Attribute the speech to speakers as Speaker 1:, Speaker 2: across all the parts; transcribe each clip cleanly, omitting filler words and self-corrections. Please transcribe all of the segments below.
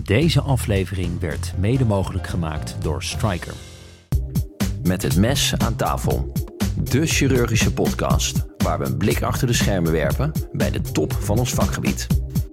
Speaker 1: Deze aflevering werd mede mogelijk gemaakt door Stryker.
Speaker 2: Met het mes aan tafel. De chirurgische podcast waar we een blik achter de schermen werpen bij de top van ons vakgebied.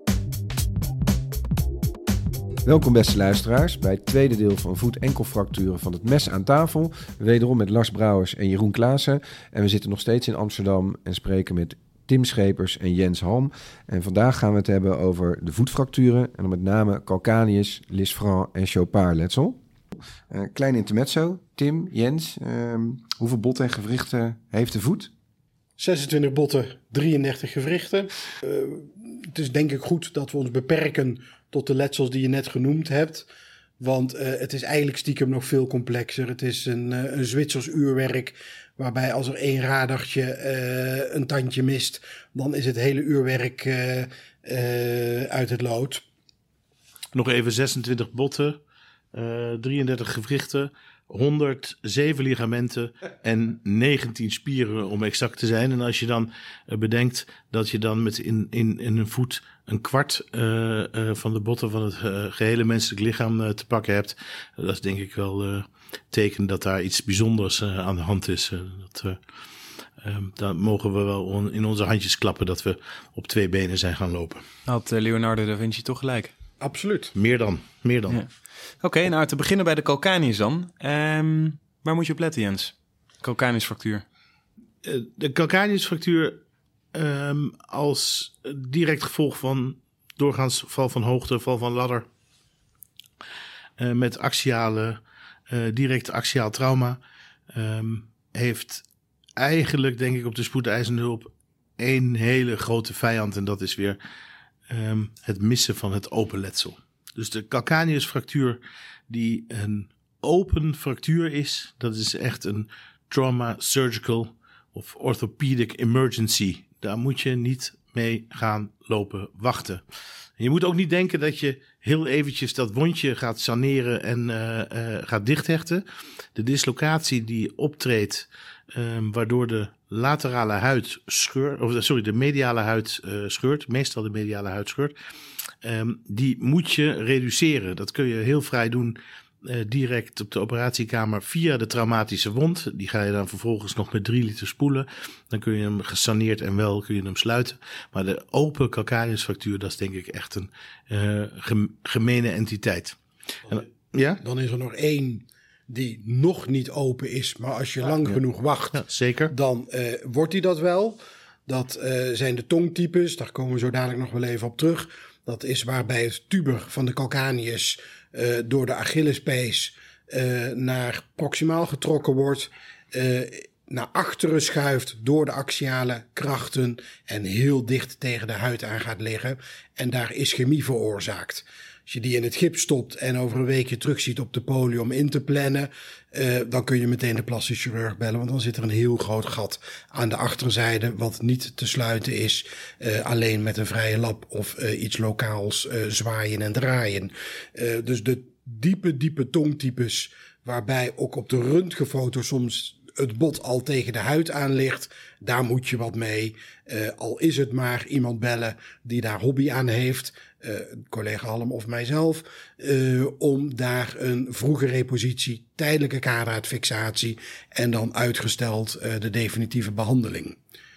Speaker 3: Welkom beste luisteraars bij het tweede deel van voet-enkelfracturen van het mes aan tafel. Wederom met Lars Brouwers en Jeroen Klaassen. En we zitten nog steeds in Amsterdam en spreken met Tim Schepers en Jens Halm. En vandaag gaan we het hebben over de voetfracturen en dan met name calcaneus, Lisfranc en Chopard-letsel. Klein intermezzo. Tim, Jens, hoeveel botten en gewrichten heeft de voet?
Speaker 4: 26 botten, 33 gewrichten. Het is denk ik goed dat we ons beperken tot de letsels die je net genoemd hebt. Want het is eigenlijk stiekem nog veel complexer. Het is een Zwitsers uurwerk waarbij als er één radartje een tandje mist, dan is het hele uurwerk uit het lood.
Speaker 5: Nog even 26 botten, 33 gewrichten, 107 ligamenten en 19 spieren om exact te zijn. En als je dan bedenkt dat je dan met in een voet een kwart van de botten van het gehele menselijk lichaam te pakken hebt, dat is denk ik wel teken dat daar iets bijzonders aan de hand is. Dan mogen we wel in onze handjes klappen dat we op twee benen zijn gaan lopen.
Speaker 6: Had Leonardo da Vinci toch gelijk?
Speaker 4: Absoluut.
Speaker 5: Meer dan. Ja.
Speaker 6: Oké, nou te beginnen bij de calcaneus dan. Waar moet je op letten, Jens? Calcaneusfractuur.
Speaker 5: De calcaneusfractuur als direct gevolg van doorgaans val van hoogte, val van ladder. Met direct axiaal trauma. Heeft eigenlijk, denk ik, op de spoedeisende hulp één hele grote vijand. En dat is weer het missen van het open letsel. Dus de calcaneusfractuur die een open fractuur is, dat is echt een trauma surgical of orthopedic emergency. Daar moet je niet mee gaan lopen wachten. En je moet ook niet denken dat je heel eventjes dat wondje gaat saneren en gaat dichthechten. De dislocatie die optreedt, waardoor de laterale huid scheurt, de mediale huid scheurt, meestal de mediale huid scheurt, die moet je reduceren. Dat kun je heel vrij doen direct op de operatiekamer via de traumatische wond. Die ga je dan vervolgens nog met 3 liter spoelen. Dan kun je hem gesaneerd en wel kun je hem sluiten. Maar de open calcaneusfractuur, dat is denk ik echt een gemene entiteit.
Speaker 4: Dan is er nog één die nog niet open is, maar als je lang genoeg wacht,
Speaker 5: zeker,
Speaker 4: dan wordt die dat wel. Dat zijn de tongtypes, daar komen we zo dadelijk nog wel even op terug. Dat is waarbij het tuber van de calcaneus door de Achillespees naar proximaal getrokken wordt, naar achteren schuift door de axiale krachten en heel dicht tegen de huid aan gaat liggen. En daar ischemie veroorzaakt. Als je die in het gips stopt en over een weekje terug ziet op de poli om in te plannen, dan kun je meteen de plastisch chirurg bellen. Want dan zit er een heel groot gat aan de achterzijde wat niet te sluiten is. Alleen met een vrije lap of iets lokaals zwaaien en draaien. Dus de diepe tongtypes waarbij ook op de röntgenfoto soms het bot al tegen de huid aan ligt, daar moet je wat mee. Al is het maar iemand bellen die daar hobby aan heeft, collega Halm of mijzelf, om daar een vroege repositie, tijdelijke kaderhuidfixatie en dan uitgesteld de definitieve behandeling.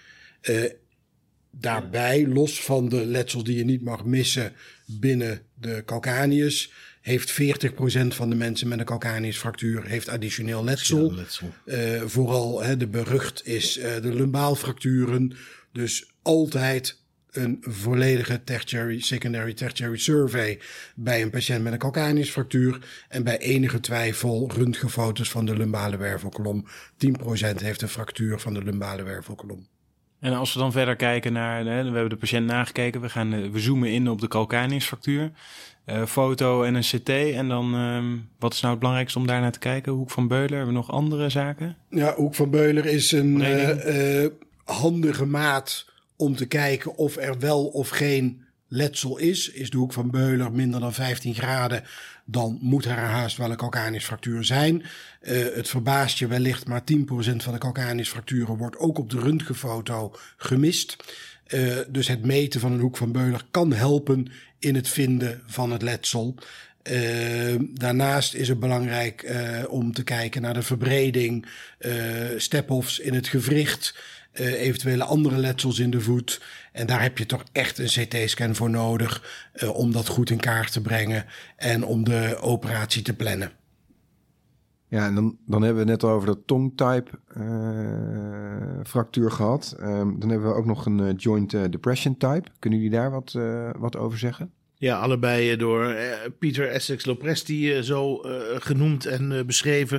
Speaker 4: Daarbij, los van de letsels die je niet mag missen binnen de calcaneus, heeft 40% van de mensen met een calcaneusfractuur heeft additioneel letsel. Vooral de berucht is de lumbaalfracturen. Dus altijd een volledige secondary survey bij een patiënt met een calcaneusfractuur. En bij enige twijfel röntgenfoto's van de lumbale wervelkolom. 10% heeft een fractuur van de lumbale wervelkolom.
Speaker 6: En als we dan verder kijken naar, we hebben de patiënt nagekeken, we zoomen in op de calcaneusfractuur. Foto en een CT. En dan, wat is nou het belangrijkste om daar naar te kijken? Hoek van Beuler, hebben we nog andere zaken?
Speaker 4: Ja, Hoek van Beuler is een handige maat om te kijken of er wel of geen letsel is. Is de Hoek van Beuler minder dan 15 graden, dan moet er haast wel een calcaneusfractuur zijn. Het verbaast je wellicht, maar 10% van de calcaneusfracturen wordt ook op de röntgenfoto gemist. Dus het meten van een hoek van Beuler kan helpen in het vinden van het letsel. Daarnaast is het belangrijk om te kijken naar de verbreding, step-offs in het gewricht, eventuele andere letsels in de voet. En daar heb je toch echt een CT-scan voor nodig om dat goed in kaart te brengen en om de operatie te plannen.
Speaker 3: Ja, en dan hebben we net al over de tongue-type fractuur gehad. Dan hebben we ook nog een joint depression type. Kunnen jullie daar wat over zeggen?
Speaker 5: Ja, allebei door Pieter Essex Lopresti zo genoemd en beschreven.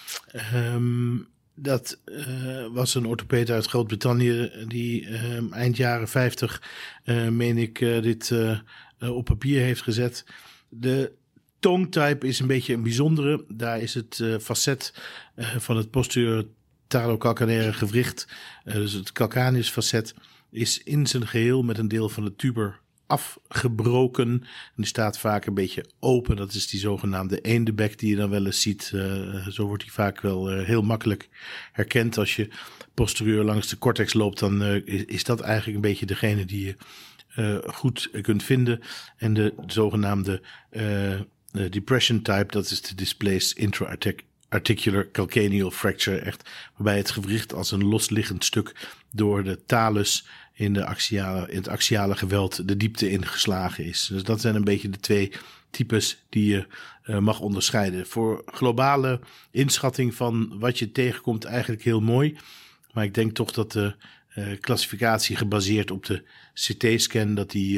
Speaker 5: Dat was een orthopeed uit Groot-Brittannië die eind jaren 50, meen ik, dit op papier heeft gezet. De tongue-type is een beetje een bijzondere. Daar is het facet van het posterior-talocalcaneaire gewricht, dus het calcaneus facet, is in zijn geheel met een deel van de tuber afgebroken. En die staat vaak een beetje open. Dat is die zogenaamde eendebek die je dan wel eens ziet. Zo wordt die vaak wel heel makkelijk herkend. Als je posterieur langs de cortex loopt, dan is dat eigenlijk een beetje degene die je goed kunt vinden. En de zogenaamde depression type, dat is de displaced intra-articular calcaneal fracture. Echt, waarbij het gewricht als een losliggend stuk door de talus in het axiale geweld de diepte ingeslagen is. Dus dat zijn een beetje de twee types die je mag onderscheiden. Voor globale inschatting van wat je tegenkomt eigenlijk heel mooi. Maar ik denk toch dat de klassificatie gebaseerd op de CT-scan, dat die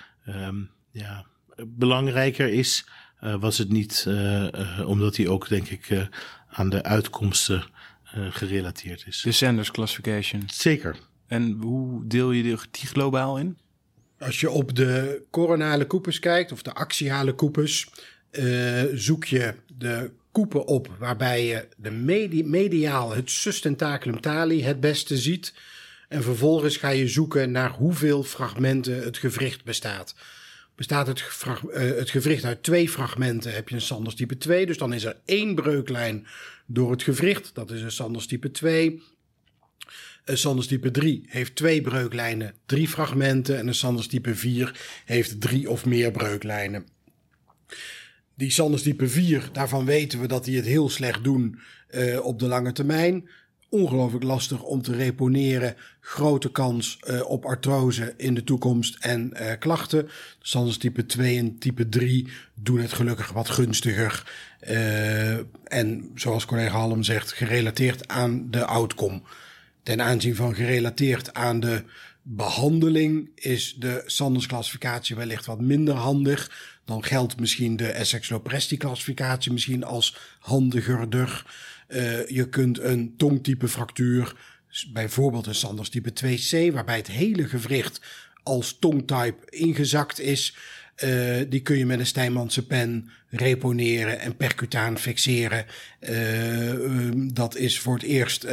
Speaker 5: belangrijker is. Was het niet omdat die ook, denk ik, aan de uitkomsten gerelateerd is.
Speaker 6: De Sanders classification.
Speaker 5: Zeker.
Speaker 6: En hoe deel je die globaal in?
Speaker 4: Als je op de coronale koepes kijkt, of de axiale koepes, zoek je de koepen op waarbij je de mediaal het sustentaculum tali het beste ziet. En vervolgens ga je zoeken naar hoeveel fragmenten het gewricht bestaat. Bestaat het gewricht uit 2 fragmenten, heb je een Sanders type 2. Dus dan is er 1 breuklijn door het gewricht. Dat is een Sanders type 2. Een Sanders type 3 heeft 2 breuklijnen, 3 fragmenten. En een Sanders type 4 heeft 3 of meer breuklijnen. Die Sanders type 4, daarvan weten we dat die het heel slecht doen op de lange termijn. Ongelooflijk lastig om te reponeren. Grote kans op artrose in de toekomst en klachten. Sanders type 2 en type 3 doen het gelukkig wat gunstiger. En zoals collega Halm zegt, gerelateerd aan de outcome. Ten aanzien van gerelateerd aan de behandeling is de Sanders classificatie wellicht wat minder handig. Dan geldt misschien de Essex Lopresti classificatie misschien als handigerder. Je kunt een tongtype fractuur, bijvoorbeeld een Sanders type 2C, waarbij het hele gewricht als tongtype ingezakt is. Die kun je met een Steinmannse pen reponeren en percutaan fixeren. Dat is voor het eerst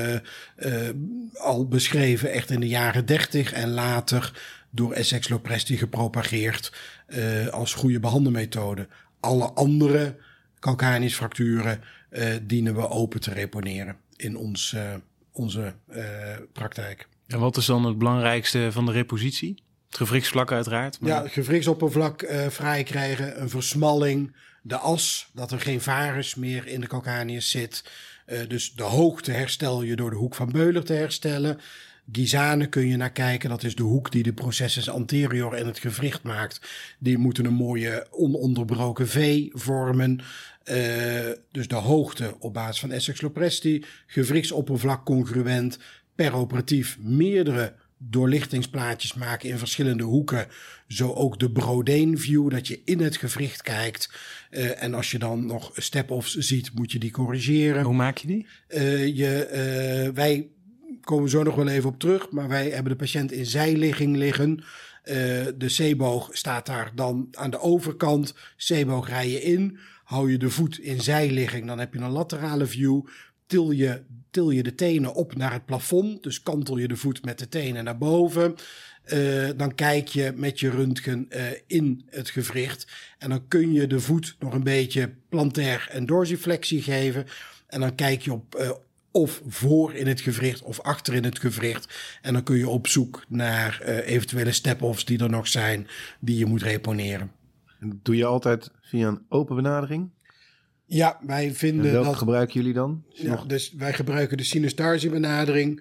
Speaker 4: al beschreven echt in de jaren 30 en later door Essex Lopresti gepropageerd als goede behandelmethode. Alle andere calcaneusfracturen dienen we open te reponeren in onze praktijk.
Speaker 6: En wat is dan het belangrijkste van de repositie? Het gewrichtsvlak uiteraard. Maar...
Speaker 4: Ja, het gewrichtsoppervlak vrij krijgen, een versmalling, de as, dat er geen varus meer in de calcaneus zit. Dus de hoogte herstel je door de hoek van Beuler te herstellen. Ghisane kun je naar kijken, dat is de hoek die de processus anterior in het gewricht maakt. Die moeten een mooie ononderbroken V vormen. Dus de hoogte op basis van Essex Lopresti, gewrichtsoppervlak congruent, peroperatief meerdere doorlichtingsplaatjes maken in verschillende hoeken. Zo ook de Brodeen view, dat je in het gewricht kijkt. En als je dan nog step-offs ziet, moet je die corrigeren.
Speaker 6: Hoe maak je die?
Speaker 4: Wij komen zo nog wel even op terug, maar wij hebben de patiënt in zijligging liggen. De C-boog staat daar dan aan de overkant. C-boog rij je in, hou je de voet in zijligging, dan heb je een laterale view. Til je de tenen op naar het plafond, dus kantel je de voet met de tenen naar boven. Dan kijk je met je röntgen in het gewricht en dan kun je de voet nog een beetje plantair en dorsiflexie geven. En dan kijk je of voor in het gewricht of achter in het gewricht. En dan kun je op zoek naar eventuele step-offs die er nog zijn, die je moet reponeren.
Speaker 3: En dat doe je altijd via een open benadering?
Speaker 4: Ja, wij vinden
Speaker 3: en welke gebruiken jullie dan?
Speaker 4: Ja, dus wij gebruiken de sinus-tarsi benadering.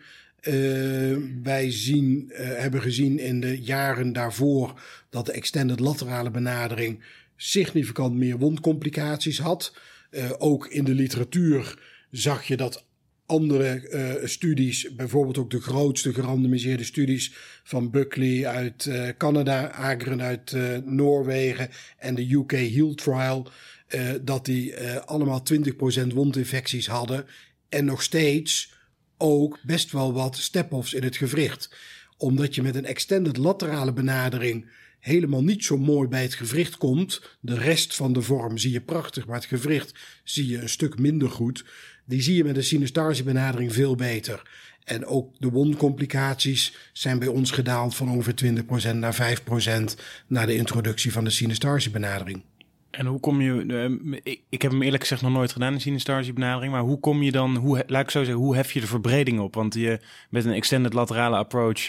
Speaker 4: Wij hebben gezien in de jaren daarvoor dat de extended laterale benadering significant meer wondcomplicaties had. Ook in de literatuur zag je dat andere studies, bijvoorbeeld ook de grootste gerandomiseerde studies van Buckley uit Canada, Agren uit Noorwegen en de UK HEAL Trial, dat die allemaal 20% wondinfecties hadden en nog steeds ook best wel wat step-offs in het gewricht. Omdat je met een extended laterale benadering helemaal niet zo mooi bij het gewricht komt. De rest van de vorm zie je prachtig, maar het gewricht zie je een stuk minder goed. Die zie je met een sinus-tarsi benadering veel beter. En ook de wondcomplicaties zijn bij ons gedaald van ongeveer 20% naar 5% na de introductie van de sinus-tarsi benadering.
Speaker 6: En hoe kom je... ik heb hem eerlijk gezegd nog nooit gedaan, een sinus-tarsi benadering. Maar hoe kom je dan... laat ik zo zeggen, hoe hef je de verbreding op? Want je met een extended laterale approach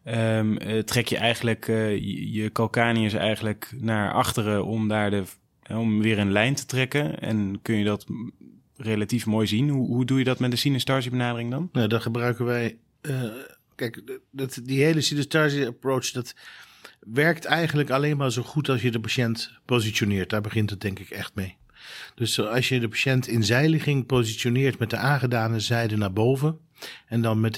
Speaker 6: trek je eigenlijk je calcaneus eigenlijk naar achteren om daar om weer een lijn te trekken. En kun je dat relatief mooi zien. Hoe doe je dat met de sinus-tarsi benadering dan?
Speaker 5: Nou, dan gebruiken wij... kijk, die hele sinus-tarsi approach, dat werkt eigenlijk alleen maar zo goed als je de patiënt positioneert. Daar begint het denk ik echt mee. Dus als je de patiënt in zijligging positioneert met de aangedane zijde naar boven en dan met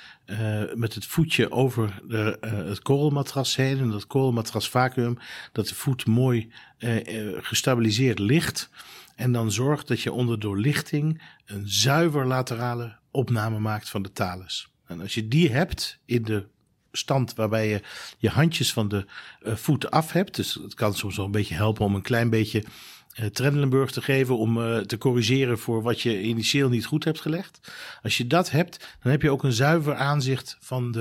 Speaker 5: het voetje over het korrelmatras heen en dat korrelmatras vacuüm, dat de voet mooi gestabiliseerd ligt en dan zorgt dat je onder doorlichting een zuiver laterale opname maakt van de talus. En als je die hebt in de stand waarbij je je handjes van de voet af hebt, dus het kan soms wel een beetje helpen om een klein beetje Trendelenburg te geven om te corrigeren voor wat je initieel niet goed hebt gelegd. Als je dat hebt, dan heb je ook een zuiver aanzicht van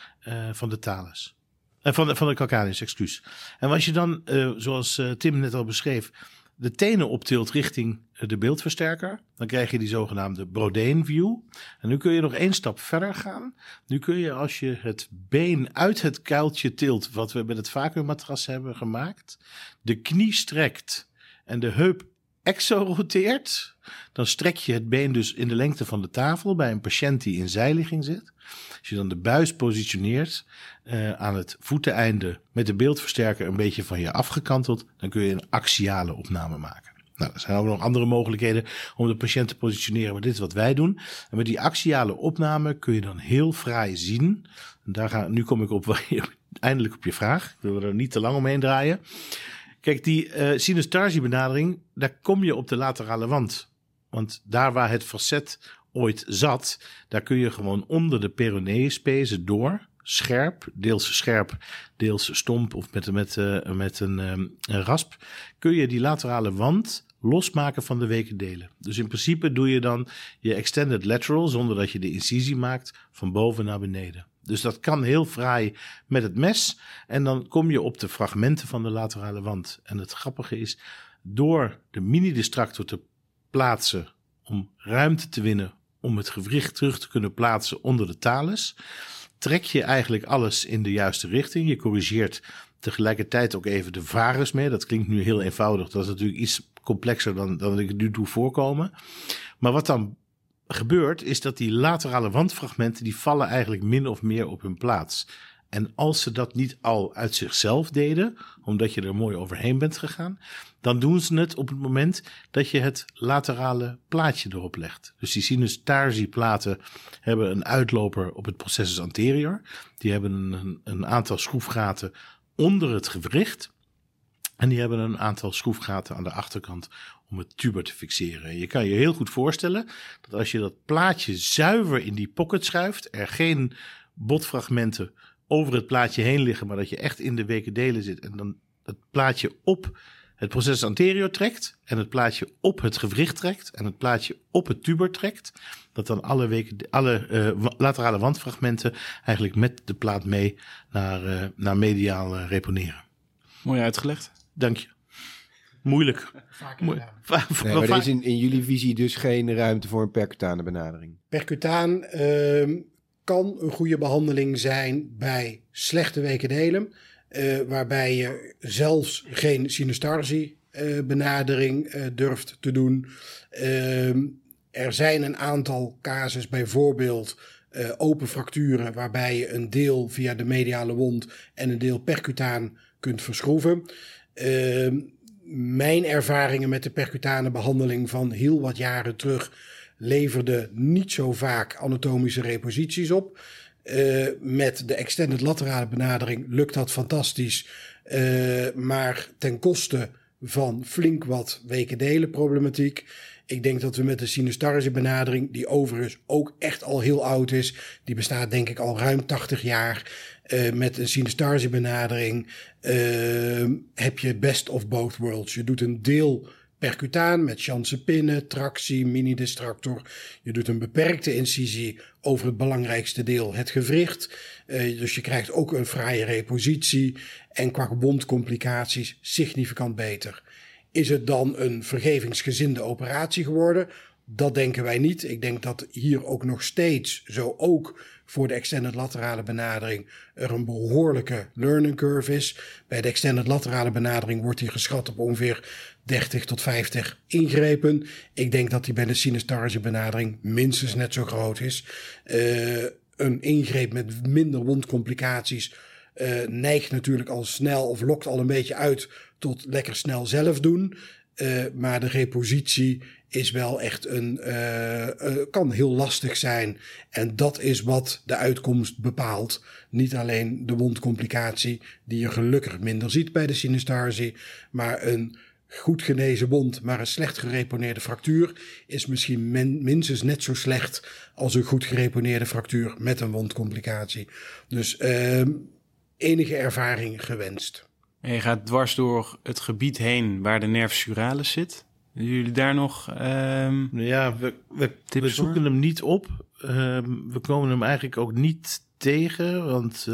Speaker 5: de talus. Van de calcaneus, excuus. En als je dan, zoals Tim net al beschreef, de tenen optilt richting de beeldversterker, dan krijg je die zogenaamde Brodeen view. En nu kun je nog 1 stap verder gaan. Nu kun je, als je het been uit het kuiltje tilt, wat we met het vacuümmatras hebben gemaakt, de knie strekt en de heup exoroteert, dan strek je het been dus in de lengte van de tafel bij een patiënt die in zijligging zit. Als je dan de buis positioneert aan het voeteneinde met de beeldversterker een beetje van je afgekanteld, dan kun je een axiale opname maken. Nou, er zijn ook nog andere mogelijkheden om de patiënt te positioneren, maar dit is wat wij doen. En met die axiale opname kun je dan heel fraai zien. En nu kom ik eindelijk op je vraag. Ik wil er niet te lang omheen draaien. Kijk, die sinus-tarsi benadering, daar kom je op de laterale wand. Want daar waar het facet ooit zat, daar kun je gewoon onder de peroneuspezen door, scherp, deels stomp of met een rasp, kun je die laterale wand losmaken van de weke delen. Dus in principe doe je dan je extended lateral, zonder dat je de incisie maakt, van boven naar beneden. Dus dat kan heel fraai met het mes. En dan kom je op de fragmenten van de laterale wand. En het grappige is, door de mini-distractor te plaatsen om ruimte te winnen, om het gewricht terug te kunnen plaatsen onder de talus, trek je eigenlijk alles in de juiste richting. Je corrigeert tegelijkertijd ook even de varus mee. Dat klinkt nu heel eenvoudig. Dat is natuurlijk iets complexer dan ik het nu doe voorkomen. Maar wat dan gebeurt, is dat die laterale wandfragmenten, die vallen eigenlijk min of meer op hun plaats. En als ze dat niet al uit zichzelf deden, omdat je er mooi overheen bent gegaan, dan doen ze het op het moment dat je het laterale plaatje erop legt. Dus die sinus-tarsi platen hebben een uitloper op het processus anterior. Die hebben een aantal schroefgaten onder het gewricht. En die hebben een aantal schroefgaten aan de achterkant om het tuber te fixeren. En je kan je heel goed voorstellen dat als je dat plaatje zuiver in die pocket schuift, er geen botfragmenten over het plaatje heen liggen, maar dat je echt in de weke delen zit en dan het plaatje op het processus anterior trekt en het plaatje op het gewricht trekt en het plaatje op het tuber trekt, dat dan alle laterale wandfragmenten eigenlijk met de plaat mee naar mediaal reponeren.
Speaker 6: Mooi uitgelegd.
Speaker 5: Dank je. Moeilijk.
Speaker 4: Vaker gedaan.
Speaker 3: Nee, maar er is in jullie visie dus geen ruimte voor een percutane benadering.
Speaker 4: Percutaan kan een goede behandeling zijn bij slechte weekendelen, waarbij je zelfs geen synestarsie benadering durft te doen. Er zijn een aantal casus, bijvoorbeeld open fracturen, waarbij je een deel via de mediale wond en een deel percutaan kunt verschroeven. Mijn ervaringen met de percutane behandeling van heel wat jaren terug leverde niet zo vaak anatomische reposities op. Met de extended laterale benadering lukt dat fantastisch, maar ten koste van flink wat wekendelen problematiek. Ik denk dat we met de synestarse benadering, die overigens ook echt al heel oud is, die bestaat denk ik al ruim 80 jaar, met een synestarse benadering heb je best of both worlds. Je doet een deel percutaan met chancepinnen, tractie, mini-distractor. Je doet een beperkte incisie over het belangrijkste deel, het gewricht. Dus je krijgt ook een fraaie repositie en qua wondcomplicaties significant beter. Is het dan een vergevingsgezinde operatie geworden? Dat denken wij niet. Ik denk dat hier ook nog steeds, zo ook voor de extended laterale benadering, er een behoorlijke learning curve is. Bij de extended laterale benadering wordt die geschat op ongeveer 30 tot 50 ingrepen. Ik denk dat die bij de synestarse benadering minstens net zo groot is. Een ingreep met minder wondcomplicaties neigt natuurlijk al snel of lokt al een beetje uit tot lekker snel zelf doen. Maar de repositie is wel echt kan heel lastig zijn. En dat is wat de uitkomst bepaalt. Niet alleen de wondcomplicatie, die je gelukkig minder ziet bij de synestarsie, maar een goed genezen wond, maar een slecht gereponeerde fractuur is misschien minstens net zo slecht als een goed gereponeerde fractuur met een wondcomplicatie. Dus enige ervaring gewenst.
Speaker 6: En je gaat dwars door het gebied heen waar de nervus suralis zit. Jullie daar nog
Speaker 5: Ja, we zoeken hem niet op. We komen hem eigenlijk ook niet tegen. Want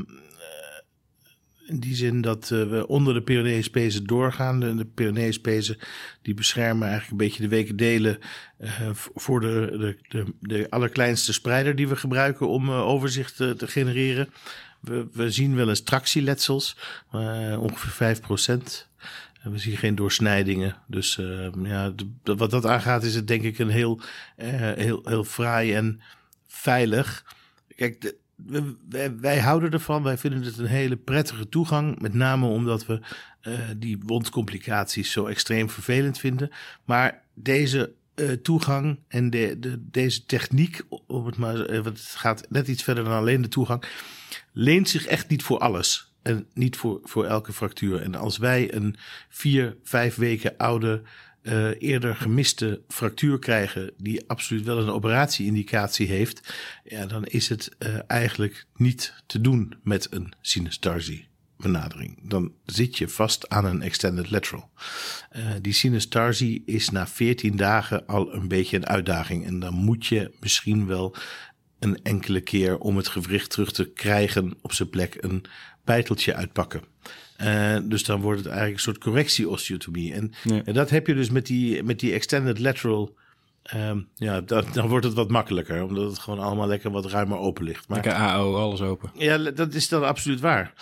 Speaker 5: in die zin dat we onder de Pyreneeënspezen doorgaan. De Pyreneeënspezen die beschermen eigenlijk een beetje de wekendelen voor de allerkleinste spreider die we gebruiken om overzicht te genereren. We zien wel eens tractieletsels, ongeveer 5%. We zien geen doorsnijdingen. Dus wat dat aangaat is het denk ik een heel fraai en veilig. Kijk, wij houden ervan. Wij vinden het een hele prettige toegang. Met name omdat we die wondcomplicaties zo extreem vervelend vinden. Maar deze toegang en deze techniek, het gaat net iets verder dan alleen de toegang, leent zich echt niet voor alles. En niet voor elke fractuur. En als wij een 4-5 weken oude, eerder gemiste fractuur krijgen, die absoluut wel een operatie-indicatie heeft, ja, dan is het eigenlijk niet te doen met een synestarsie benadering. Dan zit je vast aan een extended lateral. Die synestarsie is na 14 dagen al een beetje een uitdaging. En dan moet je misschien wel een enkele keer, om het gewricht terug te krijgen op zijn plek, een bijteltje uitpakken. Dus dan wordt het eigenlijk een soort correctie-osteotomie. En dat heb je dus met die extended lateral. Dan wordt het wat makkelijker, omdat het gewoon allemaal lekker wat ruimer open ligt. Maar,
Speaker 6: lekker AO, alles open.
Speaker 5: Ja, dat is dan absoluut waar.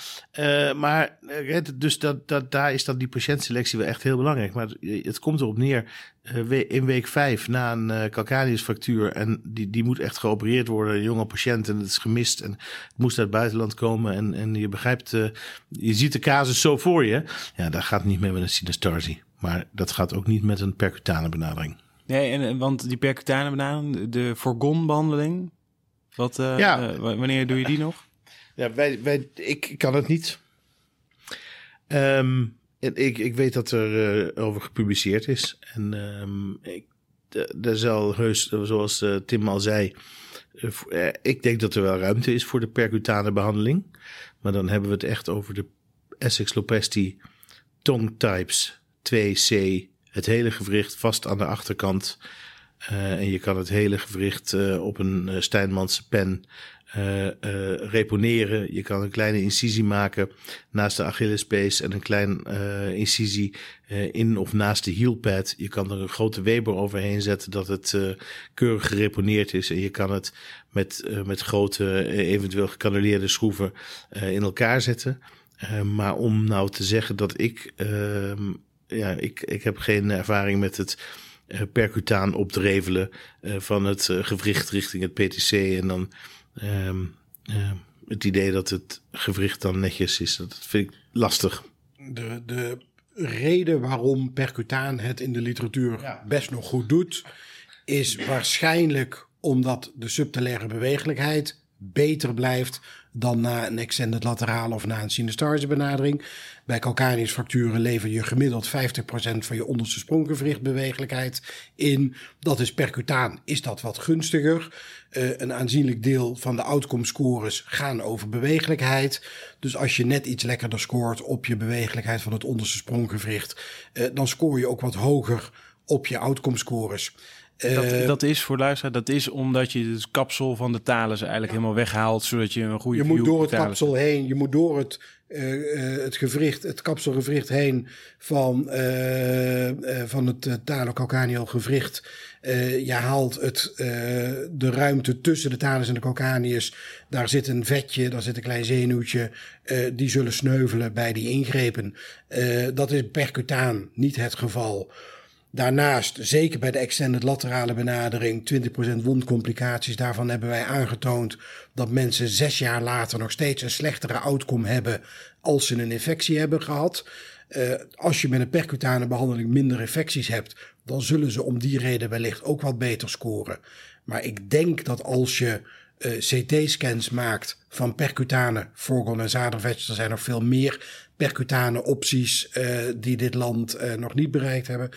Speaker 5: Dus daar is dan die patiëntselectie wel echt heel belangrijk. Maar het komt erop neer, in week 5 na een calcaneusfractuur, en die moet echt geopereerd worden, een jonge patiënt, en het is gemist en het moest uit het buitenland komen. En je begrijpt, je ziet de casus zo voor je. Ja, dat gaat niet meer met een synestarsie. Maar dat gaat ook niet met een percutane benadering.
Speaker 6: Nee, want die percutane benadering, de Forgon-behandeling, wanneer doe je die nog?
Speaker 5: Ja, ik kan het niet. Ik weet dat er over gepubliceerd is. En er zal heus, zoals Tim al zei, ik denk dat er wel ruimte is voor de percutane behandeling. Maar dan hebben we het echt over de Essex Lopresti Tongue Types 2C. Het hele gewricht vast aan de achterkant. En je kan het hele gewricht op een Steinmannse pen reponeren. Je kan een kleine incisie maken naast de Achillespees en een klein incisie in of naast de heelpad. Je kan er een grote Weber overheen zetten dat het keurig gereponeerd is. En je kan het met grote, eventueel gecanuleerde schroeven in elkaar zetten. Maar om nou te zeggen dat ik heb geen ervaring met het percutaan opdrevelen van het gewricht richting het PTC en dan het idee dat het gewricht dan netjes is. Dat vind ik lastig.
Speaker 4: De reden waarom percutaan het in de literatuur best nog goed doet, is waarschijnlijk omdat de subtelaire bewegelijkheid beter blijft dan na een extended laterale of na een synastarische benadering. Bij calcaneusfracturen lever je gemiddeld 50% van je onderste sprongewrichtbewegelijkheid in. Dat is percutaan, is dat wat gunstiger. Een aanzienlijk deel van de outcome scores gaan over bewegelijkheid. Dus als je net iets lekkerder scoort op je bewegelijkheid van het onderste sprongewricht, dan scoor je ook wat hoger op je outcome scores.
Speaker 6: Dat is voor luisteraar, dat is omdat je het kapsel van de talus eigenlijk helemaal weghaalt, zodat je een goede
Speaker 4: view. Je moet door het kapsel heen, je moet door het gewricht, het kapselgewricht heen van het talocalcaneal gewricht. Je haalt de ruimte tussen de talus en de calcaneus. Daar zit een vetje, daar zit een klein zenuwtje. Die zullen sneuvelen bij die ingrepen. Dat is percutaan niet het geval. Daarnaast, zeker bij de extended laterale benadering, 20% wondcomplicaties. Daarvan hebben wij aangetoond dat mensen 6 jaar later nog steeds een slechtere outcome hebben als ze een infectie hebben gehad. Als je met een percutane behandeling minder infecties hebt, dan zullen ze om die reden wellicht ook wat beter scoren. Maar ik denk dat als je CT-scans maakt van percutane, foregone en zadervetjes, er zijn nog veel meer percutane opties die dit land nog niet bereikt hebben,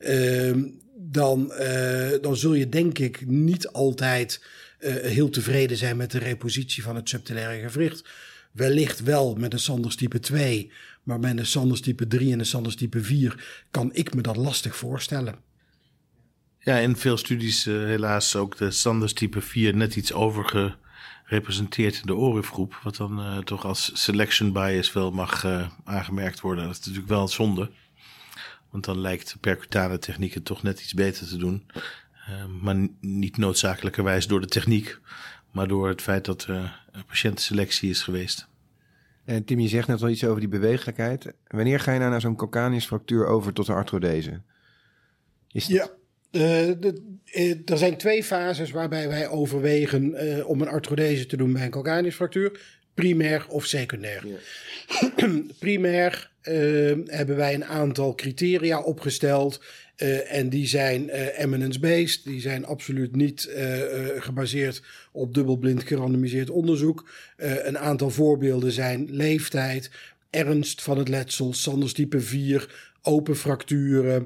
Speaker 4: dan zul je denk ik niet altijd heel tevreden zijn met de repositie van het subtelaire gewricht. Wellicht wel met een Sanders type 2, maar met een Sanders type 3 en een Sanders type 4 kan ik me dat lastig voorstellen.
Speaker 5: Ja, in veel studies helaas ook de Sanders type 4 net iets overgerepresenteerd in de ORIF-groep. Wat dan toch als selection bias wel mag aangemerkt worden. Dat is natuurlijk wel een zonde. Want dan lijkt de percutane techniek het toch net iets beter te doen. Maar niet noodzakelijkerwijs door de techniek, maar door het feit dat er patiëntenselectie is geweest.
Speaker 3: En Tim, je zegt net al iets over die bewegelijkheid. Wanneer ga je nou naar zo'n calcaneusfractuur over tot de arthrodese?
Speaker 4: Ja, er zijn 2 fases waarbij wij overwegen om een arthrodese te doen bij een calcaneusfractuur. Primair of secundair. Ja. Primair hebben wij een aantal criteria opgesteld. En die zijn eminence-based. Die zijn absoluut niet gebaseerd op dubbelblind gerandomiseerd onderzoek. Een aantal voorbeelden zijn leeftijd, ernst van het letsel, Sanders type 4, open fracturen.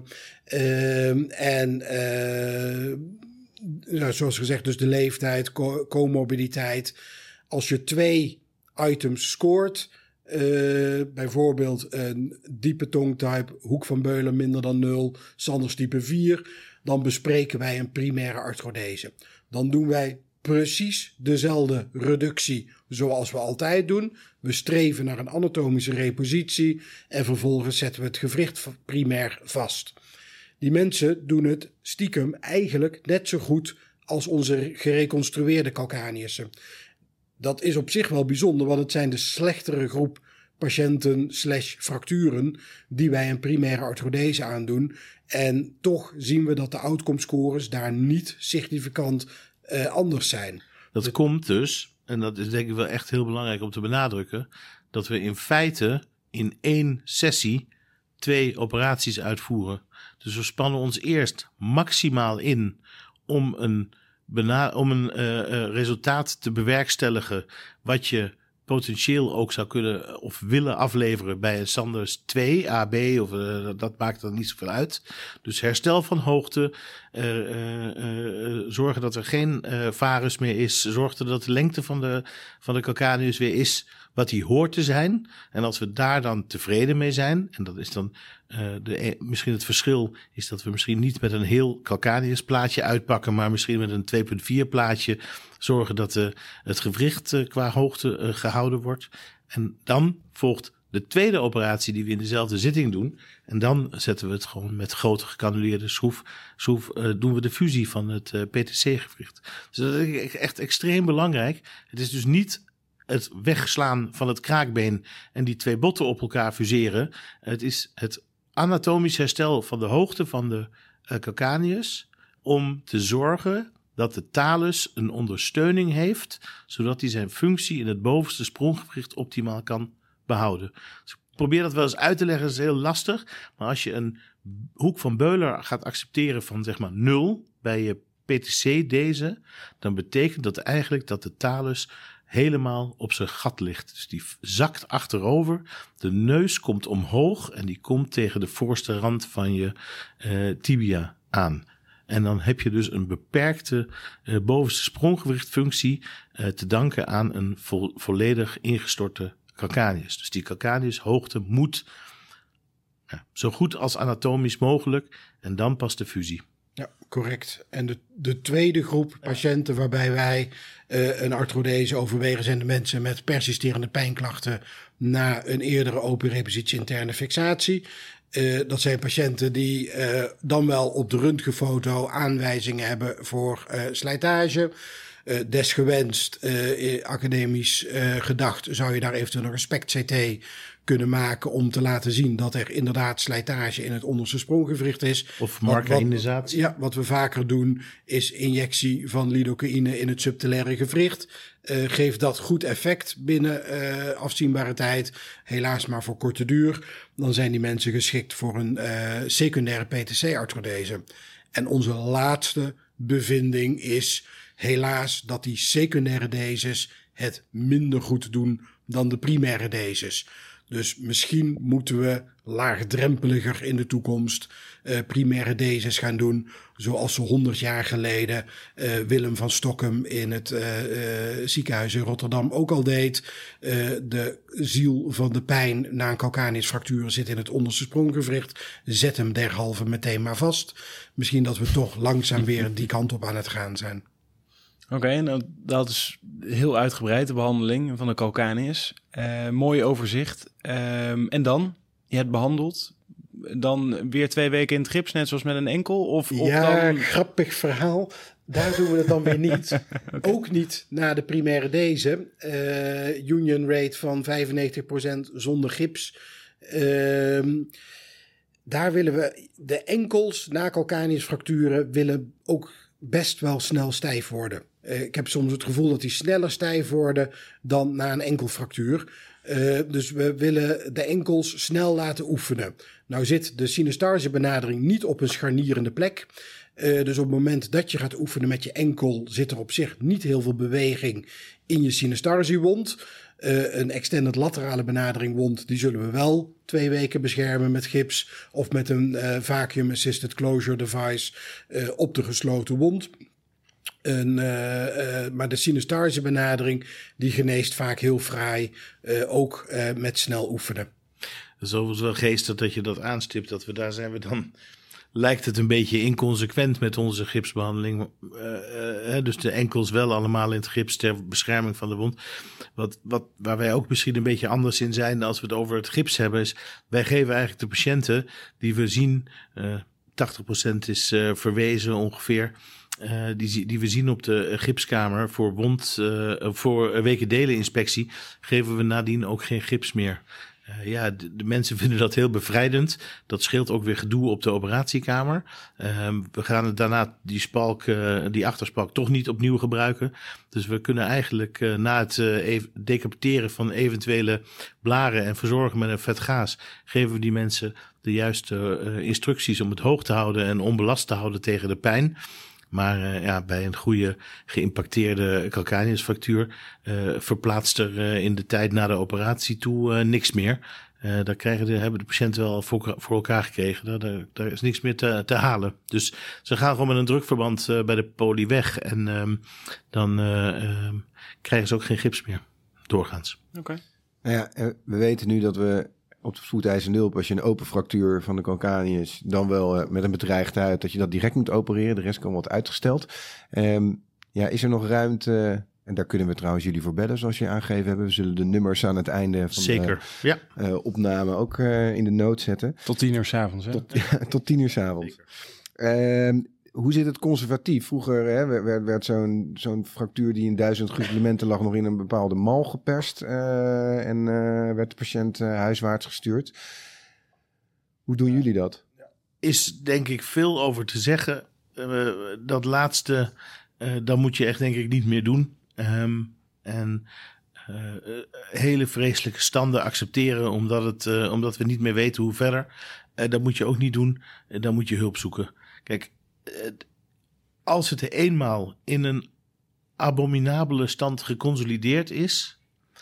Speaker 4: Zoals gezegd, dus de leeftijd, comorbiditeit. Als je 2 items scoort, bijvoorbeeld een diepe tongtype, Hoek van Beulen minder dan 0, Sanders type 4, dan bespreken wij een primaire arthrodese. Dan doen wij precies dezelfde reductie zoals we altijd doen. We streven naar een anatomische repositie en vervolgens zetten we het gewricht primair vast. Die mensen doen het stiekem eigenlijk net zo goed als onze gereconstrueerde calcaneüssen. Dat is op zich wel bijzonder, want het zijn de slechtere groep patiënten / fracturen die wij een primaire arthrodese aandoen. En toch zien we dat de outcome scores daar niet significant anders zijn.
Speaker 5: Dat komt dus, en dat is denk ik wel echt heel belangrijk om te benadrukken, dat we in feite in 1 sessie 2 operaties uitvoeren. Dus we spannen ons eerst maximaal in om een resultaat te bewerkstelligen wat je potentieel ook zou kunnen of willen afleveren bij een Sanders 2, AB, of dat maakt er niet zoveel uit. Dus herstel van hoogte, zorgen dat er geen varus meer is, zorgen dat de lengte van de calcaneus weer is wat die hoort te zijn. En als we daar dan tevreden mee zijn, en dat is dan Misschien het verschil is dat we misschien niet met een heel calcaneus plaatje uitpakken, maar misschien met een 2.4 plaatje zorgen dat het gewricht qua hoogte gehouden wordt. En dan volgt de tweede operatie die we in dezelfde zitting doen. En dan zetten we het gewoon met grote gecanuleerde schroef doen we de fusie van het PTC-gewricht. Dus dat is echt extreem belangrijk. Het is dus niet het wegslaan van het kraakbeen en die twee botten op elkaar fuseren. Het is het anatomisch herstel van de hoogte van de calcaneus om te zorgen dat de talus een ondersteuning heeft, zodat hij zijn functie in het bovenste spronggewricht optimaal kan behouden. Dus ik probeer dat wel eens uit te leggen, dat is heel lastig. Maar als je een hoek van Beuler gaat accepteren van zeg maar 0 bij je PTC deze, dan betekent dat eigenlijk dat de talus helemaal op zijn gat ligt. Dus die zakt achterover, de neus komt omhoog en die komt tegen de voorste rand van je tibia aan. En dan heb je dus een beperkte bovenste spronggewrichtfunctie te danken aan een volledig ingestorte calcaneus. Dus die calcaneushoogte moet zo goed als anatomisch mogelijk en dan pas de fusie.
Speaker 4: Ja, correct. En de tweede groep patiënten waarbij wij een arthrodese overwegen zijn de mensen met persisterende pijnklachten na een eerdere open repositie interne fixatie. Dat zijn patiënten die dan wel op de röntgenfoto aanwijzingen hebben voor slijtage. Desgewenst, academisch gedacht, zou je daar eventueel nog een SPECT-CT kunnen maken om te laten zien dat er inderdaad slijtage in het onderste sprong-gewricht is.
Speaker 5: Of markerinisatie.
Speaker 4: Ja, wat we vaker doen is injectie van lidocaïne in het subtulaire gewricht. Geeft dat goed effect binnen afzienbare tijd. Helaas maar voor korte duur. Dan zijn die mensen geschikt voor een secundaire PTC-arthrodese. En onze laatste bevinding is helaas dat die secundaire deses het minder goed doen dan de primaire deses. Dus misschien moeten we laagdrempeliger in de toekomst primaire deses gaan doen. Zoals ze 100 jaar geleden Willem van Stockum in het ziekenhuis in Rotterdam ook al deed. De ziel van de pijn na een calcaneusfractuur zit in het onderste spronggewricht. Zet hem derhalve meteen maar vast. Misschien dat we toch langzaam weer die kant op aan het gaan zijn.
Speaker 6: Oké, nou, dat is heel uitgebreid, de behandeling van de calcaneus. Mooi overzicht. En dan? Je hebt behandeld. Dan weer 2 weken in het gips, net zoals met een enkel? Of
Speaker 4: ja,
Speaker 6: dan...
Speaker 4: grappig verhaal. Daar doen we het dan weer niet. Okay. Ook niet na de primaire deze. Union rate van 95% zonder gips. Daar willen we de enkels na calcaneusfracturen willen ook best wel snel stijf worden. Ik heb soms het gevoel dat die sneller stijf worden dan na een enkelfractuur. Dus we willen de enkels snel laten oefenen. Nou zit de synestarse benadering niet op een scharnierende plek. Dus op het moment dat je gaat oefenen met je enkel zit er op zich niet heel veel beweging in je synestarsiewond. Een extended laterale benadering wond, die zullen we wel 2 weken beschermen met gips of met een vacuum assisted closure device op de gesloten wond. Maar de synestarse benadering die geneest vaak heel fraai, ook met snel oefenen.
Speaker 5: Dat is overigens wel geestig dat je dat aanstipt, dat we daar zijn we dan... Lijkt het een beetje inconsequent met onze gipsbehandeling. Dus de enkels wel allemaal in het gips ter bescherming van de wond. Waar wij ook misschien een beetje anders in zijn als we het over het gips hebben, is wij geven eigenlijk de patiënten die we zien, 80% is verwezen ongeveer, die we zien op de gipskamer voor wekendeleninspectie, geven we nadien ook geen gips meer. De mensen vinden dat heel bevrijdend. Dat scheelt ook weer gedoe op de operatiekamer. We gaan daarna die achterspalk toch niet opnieuw gebruiken. Dus we kunnen eigenlijk na het decapiteren van eventuele blaren en verzorgen met een vetgaas, geven we die mensen de juiste instructies om het hoog te houden en onbelast te houden tegen de pijn. Maar bij een goede geïmpacteerde calcaneusfractuur verplaatst er in de tijd na de operatie toe niks meer. Daar hebben de patiënten wel voor elkaar gekregen. Daar is niks meer te halen. Dus ze gaan gewoon met een drukverband bij de poli weg. En dan krijgen ze ook geen gips meer, doorgaans.
Speaker 6: Oké.
Speaker 3: Nou ja, we weten nu dat we op de spoedeisende hulp, als je een open fractuur van de calcaneus, dan wel met een bedreigd huid, dat je dat direct moet opereren. De rest kan wordt uitgesteld. Is er nog ruimte? En daar kunnen we trouwens jullie voor bellen, zoals je aangegeven hebben. We zullen de nummers aan het einde van de opname ook in de notes zetten.
Speaker 6: Tot 10 uur 's avonds, hè?
Speaker 3: Tot 10 uur 's avonds. Hoe zit het conservatief? Vroeger werd zo'n fractuur die in 1000 gruzelementen lag nog in een bepaalde mal geperst. En werd de patiënt huiswaarts gestuurd. Hoe doen jullie dat?
Speaker 5: Is denk ik veel over te zeggen. Dat laatste, dat moet je echt denk ik niet meer doen. Hele vreselijke standen accepteren omdat we niet meer weten hoe verder. Dat moet je ook niet doen. Dan moet je hulp zoeken. Kijk, als het eenmaal in een abominabele stand geconsolideerd is,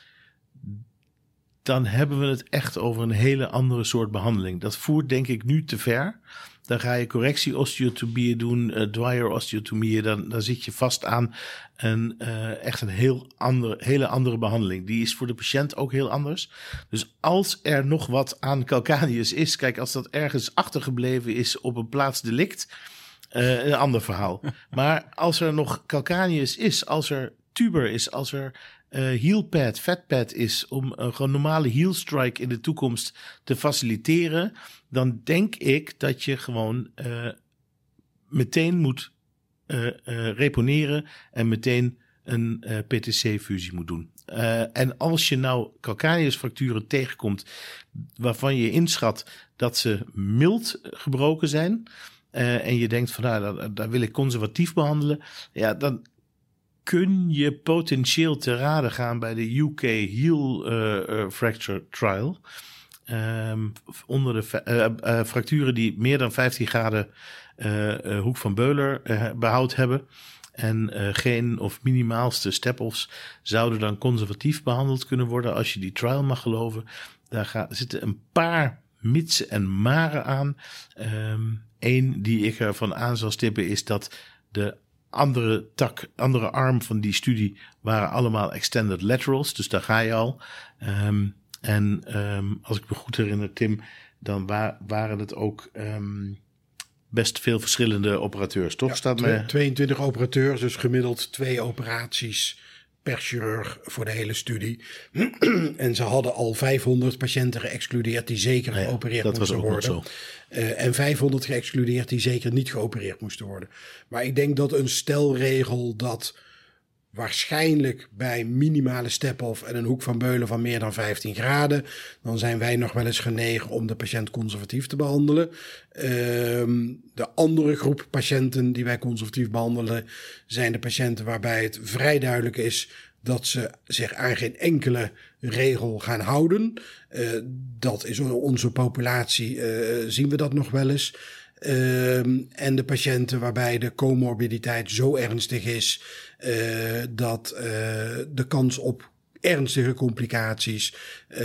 Speaker 5: dan hebben we het echt over een hele andere soort behandeling. Dat voert denk ik nu te ver. Dan ga je correctie-osteotomieën doen, Dwyer-osteotomieën. Dan zit je vast aan echt een hele andere behandeling. Die is voor de patiënt ook heel anders. Dus als er nog wat aan calcaneus is, kijk, als dat ergens achtergebleven is op een plaatsdelict, een ander verhaal. Maar als er nog calcaneus is, als er tuber is, als er heelpad, fatpad is, om een gewoon normale heel strike in de toekomst te faciliteren, dan denk ik dat je gewoon meteen moet reponeren en meteen een PTC-fusie moet doen. En als je nou calcaneusfracturen tegenkomt waarvan je inschat dat ze mild gebroken zijn, en je denkt van daar wil ik conservatief behandelen, ja, dan kun je potentieel te raden gaan bij de UK Heel Fracture Trial. Onder de fracturen die meer dan 15 graden hoek van Beuler behoud hebben. En geen of minimaalste step-offs zouden dan conservatief behandeld kunnen worden als je die trial mag geloven. Daar zitten een paar mitsen en maren aan. Eén die ik ervan aan zal stippen is dat de andere arm van die studie waren allemaal extended laterals. Dus daar ga je al. Als ik me goed herinner, Tim, dan waren het ook best veel verschillende operateurs, toch?
Speaker 4: Ja, 22 operateurs, dus gemiddeld 2 operaties per chirurg voor de hele studie. En ze hadden al 500 patiënten geëxcludeerd die zeker geopereerd moesten worden. En 500 geëxcludeerd die zeker niet geopereerd moesten worden. Maar ik denk dat een stelregel dat waarschijnlijk bij minimale step-off en een hoek van Beulen van meer dan 15 graden, dan zijn wij nog wel eens genegen om de patiënt conservatief te behandelen. De andere groep patiënten die wij conservatief behandelen zijn de patiënten waarbij het vrij duidelijk is dat ze zich aan geen enkele regel gaan houden. Dat is onze populatie, zien we dat nog wel eens. En de patiënten waarbij de comorbiditeit zo ernstig is dat de kans op ernstige complicaties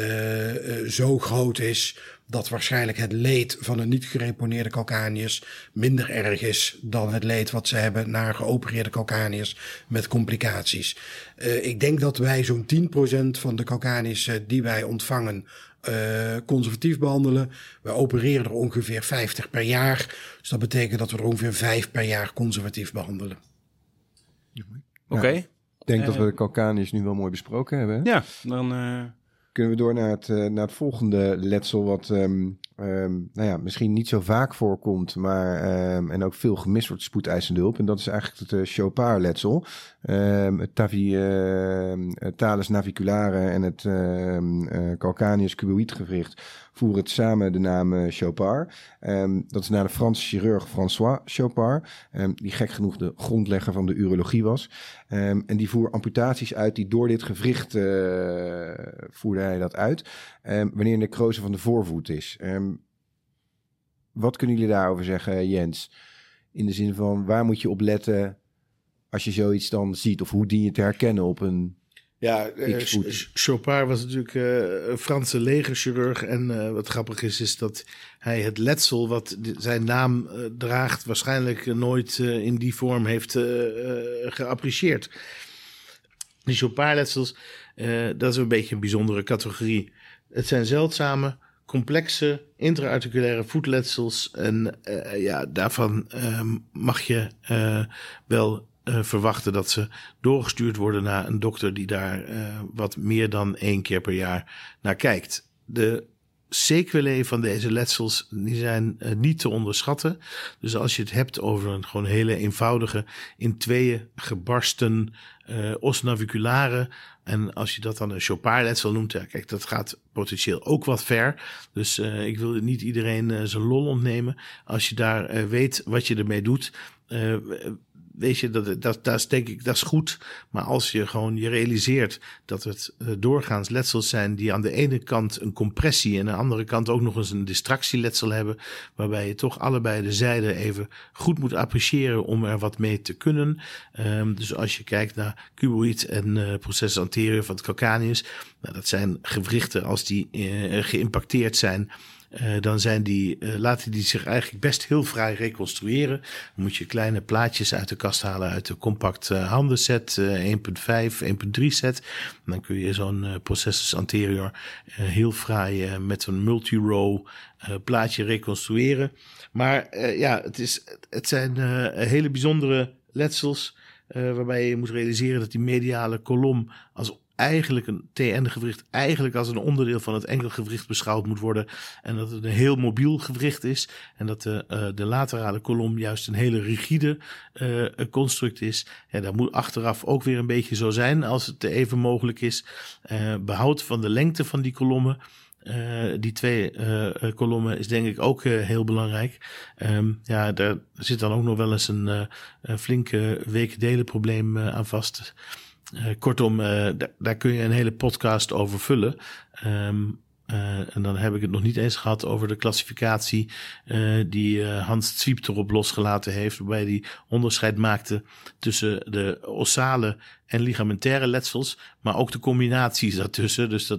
Speaker 4: zo groot is dat waarschijnlijk het leed van een niet gereponeerde calcaneus minder erg is dan het leed wat ze hebben na geopereerde calcaneus met complicaties. Ik denk dat wij zo'n 10% van de calcaneus die wij ontvangen conservatief behandelen. We opereren er ongeveer 50 per jaar. Dus dat betekent dat we er ongeveer 5 per jaar conservatief behandelen.
Speaker 6: Oké.
Speaker 3: Ik denk dat we de calcaneus nu wel mooi besproken hebben.
Speaker 6: Ja, dan
Speaker 3: kunnen we door naar het volgende letsel wat misschien niet zo vaak voorkomt, maar en ook veel gemist wordt, spoedeisende hulp. En dat is eigenlijk het Chopard-letsel. Het talus naviculare en het calcaneus cuboïdgewricht voeren het samen de naam Chopard. Dat is naar de Franse chirurg François Chopard, die gek genoeg de grondlegger van de urologie was. En die voer amputaties uit die door dit gewricht voerde hij dat uit. Wanneer necrose van de voorvoet is. Wat kunnen jullie daarover zeggen, Jens? In de zin van, waar moet je op letten als je zoiets dan ziet? Of hoe dien je te herkennen op een
Speaker 5: Chopard was natuurlijk een Franse legerchirurg. En wat grappig is dat hij het letsel wat zijn naam draagt waarschijnlijk nooit in die vorm heeft geapprecieerd. Die Chopard-letsels, dat is een beetje een bijzondere categorie. Het zijn zeldzame, complexe intra-articulaire voetletsels. En daarvan mag je wel verwachten dat ze doorgestuurd worden naar een dokter die daar wat meer dan 1 keer per jaar naar kijkt. De sequelae van deze letsels die zijn niet te onderschatten. Dus als je het hebt over een gewoon hele eenvoudige, in tweeën gebarsten os naviculare, en als je dat dan een Chopard-letsel noemt, kijk, dat gaat potentieel ook wat ver. Dus ik wil niet iedereen zijn lol ontnemen. Als je daar weet wat je ermee doet, weet je, dat is denk ik, dat is goed. Maar als je gewoon je realiseert dat het doorgaans letsels zijn die aan de ene kant een compressie en aan de andere kant ook nog eens een distractieletsel hebben, waarbij je toch allebei de zijden even goed moet appreciëren om er wat mee te kunnen. Dus als je kijkt naar cuboïd en processus anterior van het calcaneus, nou, dat zijn gewrichten als die geïmpacteerd zijn. Dan laten die zich eigenlijk best heel fraai reconstrueren. Dan moet je kleine plaatjes uit de kast halen uit de compact handenset, 1.5, 1.3 set. En dan kun je zo'n processus anterior heel fraai met een multi-row plaatje reconstrueren. Maar het zijn hele bijzondere letsels, waarbij je moet realiseren dat die mediale kolom als eigenlijk een TN-gewricht eigenlijk als een onderdeel van het enkelgewricht beschouwd moet worden. En dat het een heel mobiel gewricht is. En dat de laterale kolom juist een hele rigide construct is. Ja, dat moet achteraf ook weer een beetje zo zijn als het even mogelijk is. Behoud van de lengte van die kolommen. Die 2 kolommen is denk ik ook heel belangrijk. Daar zit dan ook nog wel eens een flinke weekdelenprobleem aan vast. Kortom, daar kun je een hele podcast over vullen. En dan heb ik het nog niet eens gehad over de klassificatie die Hans Zwiep erop losgelaten heeft, waarbij hij onderscheid maakte tussen de ossale en ligamentaire letsels, maar ook de combinaties daartussen. Dus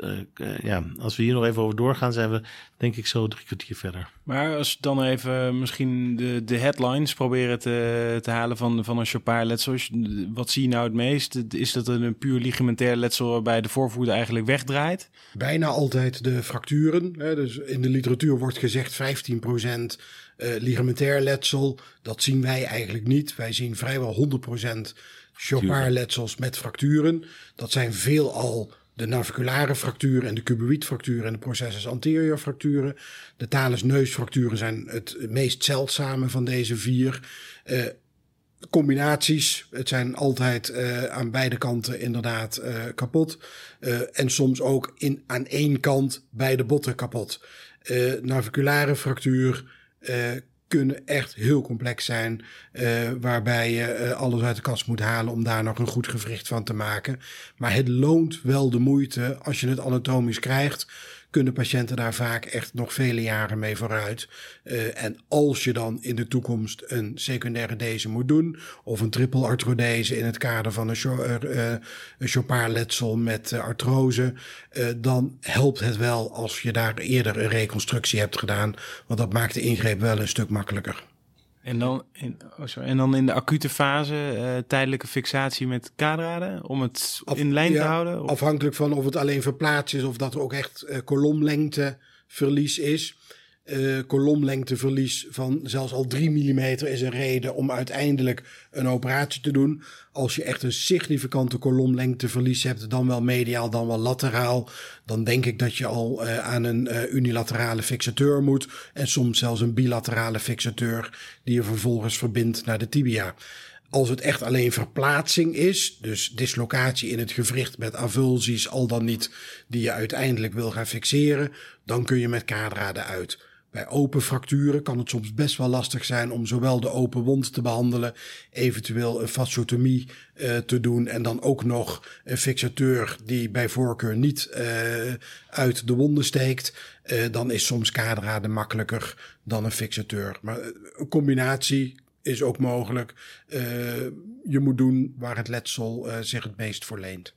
Speaker 5: als we hier nog even over doorgaan, zijn we denk ik zo 3 kwartier verder.
Speaker 6: Maar als we dan even misschien de headlines proberen te halen van een Chopard-letsel. Wat zie je nou het meest? Is dat een puur ligamentair letsel waarbij de voorvoet eigenlijk wegdraait?
Speaker 4: Bijna altijd de fracturen. Dus in de literatuur wordt gezegd 15% ligamentair letsel. Dat zien wij eigenlijk niet. Wij zien vrijwel 100% Chopard-letsels met fracturen. Dat zijn veelal de naviculare fracturen en de cuboïdfracturen en de processus anterior fracturen. De talus-neusfracturen zijn het meest zeldzame van deze 4. Combinaties, het zijn altijd aan beide kanten inderdaad kapot. En soms ook aan één kant beide botten kapot. Naviculare fractuur kunnen echt heel complex zijn, waarbij je alles uit de kast moet halen om daar nog een goed gewricht van te maken. Maar het loont wel de moeite. Als je het anatomisch krijgt, kunnen patiënten daar vaak echt nog vele jaren mee vooruit. En als je dan in de toekomst een secundaire deze moet doen, of een triple arthrodese in het kader van een Chopard-letsel met artrose, dan helpt het wel als je daar eerder een reconstructie hebt gedaan, want dat maakt de ingreep wel een stuk makkelijker.
Speaker 6: En dan in de acute fase tijdelijke fixatie met kadraden om het in lijn te houden? Of?
Speaker 4: Afhankelijk van of het alleen verplaatst is of dat er ook echt kolomlengteverlies is. Kolomlengteverlies van zelfs al 3 mm is een reden om uiteindelijk een operatie te doen. Als je echt een significante kolomlengteverlies hebt, dan wel mediaal, dan wel lateraal, dan denk ik dat je al aan een unilaterale fixateur moet. En soms zelfs een bilaterale fixateur die je vervolgens verbindt naar de tibia. Als het echt alleen verplaatsing is, dus dislocatie in het gewricht met avulsies, al dan niet, die je uiteindelijk wil gaan fixeren, dan kun je met kadraden uit. Bij open fracturen kan het soms best wel lastig zijn om zowel de open wond te behandelen, eventueel een fasciotomie te doen en dan ook nog een fixateur die bij voorkeur niet uit de wonden steekt. Dan is soms kadraden makkelijker dan een fixateur. Maar een combinatie is ook mogelijk. Je moet doen waar het letsel zich het meest voor leent.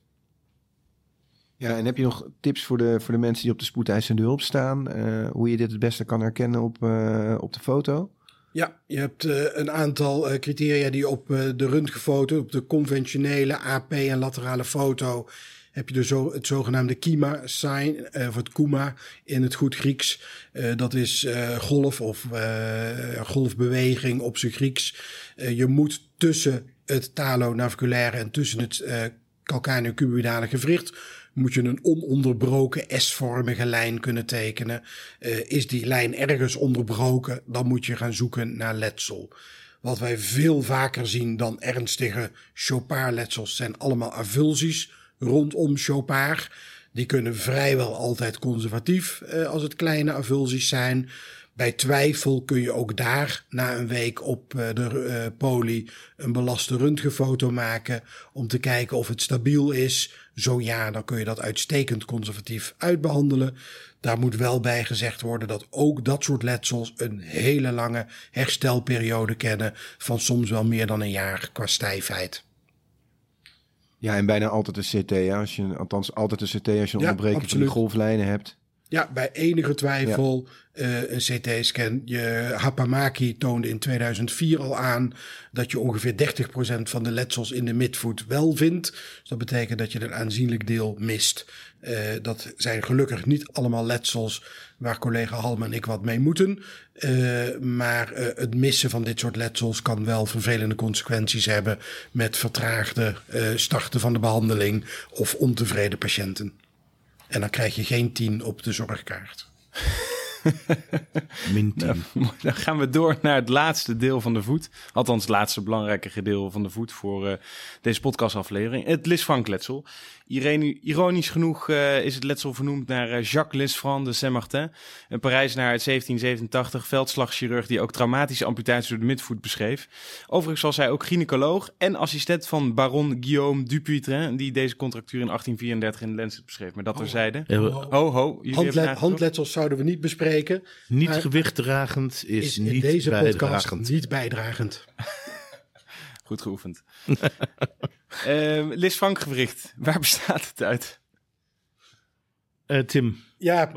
Speaker 3: Ja, en heb je nog tips voor de mensen die op de spoedeisende hulp staan? Hoe je dit het beste kan herkennen op de foto?
Speaker 4: Ja, je hebt een aantal criteria die op de röntgenfoto, op de conventionele AP en laterale foto heb je het zogenaamde KIMA-sign, of het KUMA in het goed Grieks. Dat is golf of golfbeweging op zijn Grieks. Je moet tussen het talo-naviculaire en tussen het calcaneo-cuboïdale gewricht moet je een ononderbroken S-vormige lijn kunnen tekenen. Is die lijn ergens onderbroken, dan moet je gaan zoeken naar letsel. Wat wij veel vaker zien dan ernstige Chopard-letsels zijn allemaal avulsies rondom Chopard. Die kunnen vrijwel altijd conservatief als het kleine avulsies zijn. Bij twijfel kun je ook daar na een week op de poli een belaste röntgenfoto maken om te kijken of het stabiel is. Zo ja, dan kun je dat uitstekend conservatief uitbehandelen. Daar moet wel bij gezegd worden dat ook dat soort letsels een hele lange herstelperiode kennen van soms wel meer dan een jaar qua stijfheid.
Speaker 3: Ja, en bijna altijd een CT. Ja? Althans, altijd een CT als je een onderbreking van die golflijnen hebt.
Speaker 4: Ja, bij enige twijfel een CT-scan. Hapamaki toonde in 2004 al aan dat je ongeveer 30% van de letsels in de midvoet wel vindt. Dus dat betekent dat je een aanzienlijk deel mist. Dat zijn gelukkig niet allemaal letsels waar collega Halm en ik wat mee moeten. Maar het missen van dit soort letsels kan wel vervelende consequenties hebben met vertraagde starten van de behandeling of ontevreden patiënten. En dan krijg je geen 10 op de zorgkaart.
Speaker 6: Min 10. Dan gaan we door naar het laatste deel van de voet. Althans, het laatste belangrijke deel van de voet voor deze podcastaflevering. Het Lisfranc-letsel. Ironisch genoeg is het letsel vernoemd naar Jacques Lisfranc de Saint-Martin. Een Parijzenaar uit 1787, veldslagchirurg die ook traumatische amputaties door de midvoet beschreef. Overigens was hij ook gynaecoloog en assistent van baron Guillaume Dupuytren, die deze contractuur in 1834 in de Lancet beschreef. Maar dat terzijde.
Speaker 4: Handletsels zouden we niet bespreken.
Speaker 5: Niet gewichtdragend is niet
Speaker 4: in deze
Speaker 5: bijdragend.
Speaker 4: podcast niet bijdragend.
Speaker 6: Goed geoefend. Lisfranc-gewricht, waar bestaat het uit?
Speaker 5: Tim.
Speaker 4: Ja,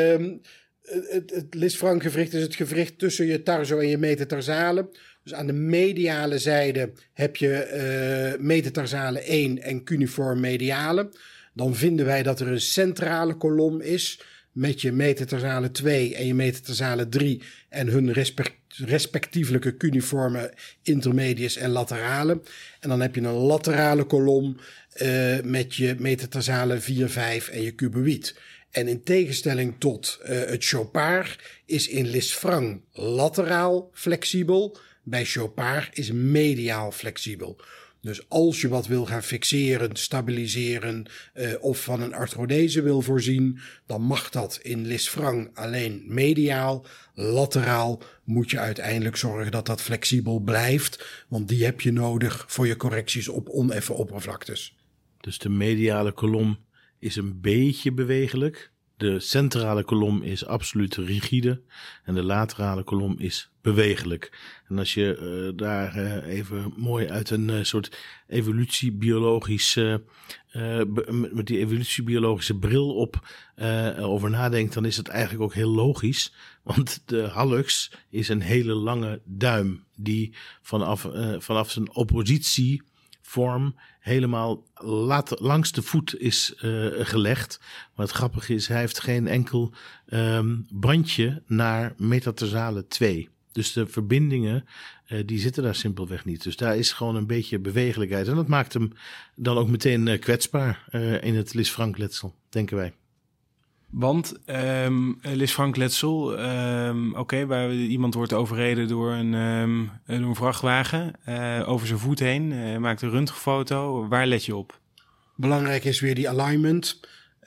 Speaker 4: het Lisfranc-gewricht is het gewricht tussen je tarso en je metatarsale. Dus aan de mediale zijde heb je metatarsale 1 en cuneiform mediale. Dan vinden wij dat er een centrale kolom is met je metatarsale 2 en je metatarsale 3 en hun respectievelijke cuneiforme intermedius en laterale. En dan heb je een laterale kolom met je metatarsale 4, 5 en je cuboïd. En in tegenstelling tot het Chopard is in Lisfranc lateraal flexibel. Bij Chopard is mediaal flexibel. Dus als je wat wil gaan fixeren, stabiliseren of van een arthrodese wil voorzien, dan mag dat in Lisfranc alleen mediaal. Lateraal moet je uiteindelijk zorgen dat dat flexibel blijft, want die heb je nodig voor je correcties op oneffen oppervlaktes.
Speaker 5: Dus de mediale kolom is een beetje bewegelijk. De centrale kolom is absoluut rigide en de laterale kolom is bewegelijk. En als je daar even mooi uit een soort evolutiebiologische met die evolutiebiologische bril op over nadenkt, dan is het eigenlijk ook heel logisch. Want de hallux is een hele lange duim die vanaf zijn oppositievorm helemaal langs de voet is gelegd. Maar het grappige is, hij heeft geen enkel bandje naar metatarsale 2. Dus de verbindingen, die zitten daar simpelweg niet. Dus daar is gewoon een beetje bewegelijkheid. En dat maakt hem dan ook meteen kwetsbaar in het Lisfranc-letsel, denken wij.
Speaker 6: Want Lisfranc-letsel, waar iemand wordt overreden door een vrachtwagen over zijn voet heen, maakt een röntgenfoto. Waar let je op?
Speaker 4: Belangrijk is weer die alignment.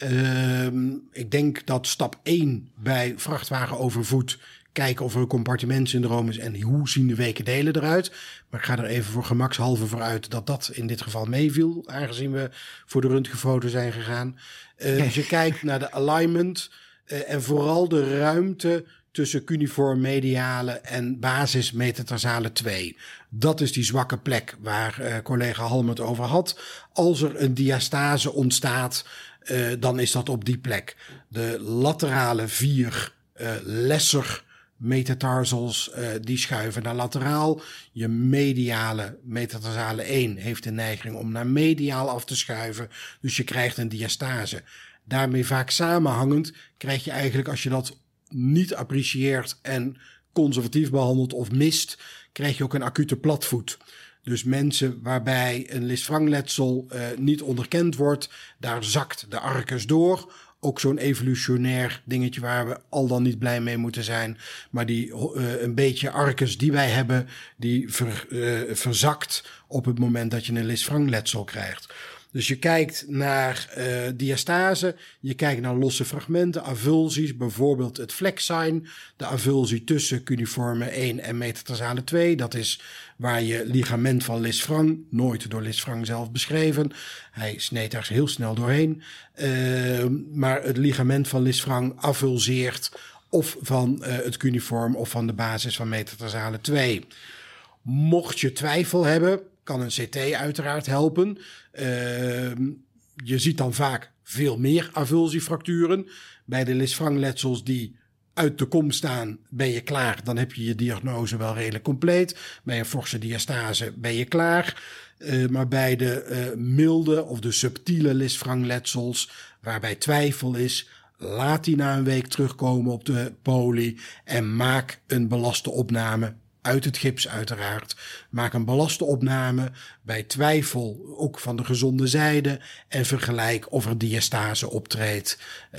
Speaker 4: Ik denk dat stap 1 bij vrachtwagen over voet kijken of er een compartimentsyndroom is en hoe zien de weken delen eruit. Maar ik ga er even voor gemakshalve voor uit dat dat in dit geval meeviel, aangezien we voor de röntgenfoto zijn gegaan. Dus je kijkt naar de alignment en vooral de ruimte tussen cuneiform mediale en basis metatarsale 2. Dat is die zwakke plek waar collega Halm het over had. Als er een diastase ontstaat, dan is dat op die plek. De laterale 4 lesser metatarsals die schuiven naar lateraal. Je mediale metatarsale 1 heeft de neiging om naar mediaal af te schuiven. Dus je krijgt een diastase. Daarmee vaak samenhangend krijg je eigenlijk, als je dat niet apprecieert en conservatief behandelt of mist, krijg je ook een acute platvoet. Dus mensen waarbij een Lisfranc-letsel niet onderkend wordt, daar zakt de arcus door. Ook zo'n evolutionair dingetje waar we al dan niet blij mee moeten zijn. Maar die een beetje arcus die wij hebben, die verzakt op het moment dat je een Lisfranc-letsel krijgt. Dus je kijkt naar diastase, je kijkt naar losse fragmenten, avulsies, bijvoorbeeld het flexsign, de avulsie tussen cuneiforme 1 en metatarsale 2. Dat is waar je ligament van Lisfranc, nooit door Lisfranc zelf beschreven. Hij sneed daar heel snel doorheen. Maar het ligament van Lisfranc avulseert of van het cuneiform of van de basis van metatarsale 2. Mocht je twijfel hebben, kan een CT uiteraard helpen. Je ziet dan vaak veel meer avulsiefracturen. Bij de Lisfranc-letsels die uit de kom staan, ben je klaar. Dan heb je je diagnose wel redelijk compleet. Bij een forse diastase ben je klaar. Maar bij de milde of de subtiele Lisfranc-letsels, waarbij twijfel is, laat die na een week terugkomen op de poli en maak een belaste opname. Uit het gips uiteraard. Maak een belaste opname bij twijfel ook van de gezonde zijde. En vergelijk of er diastase optreedt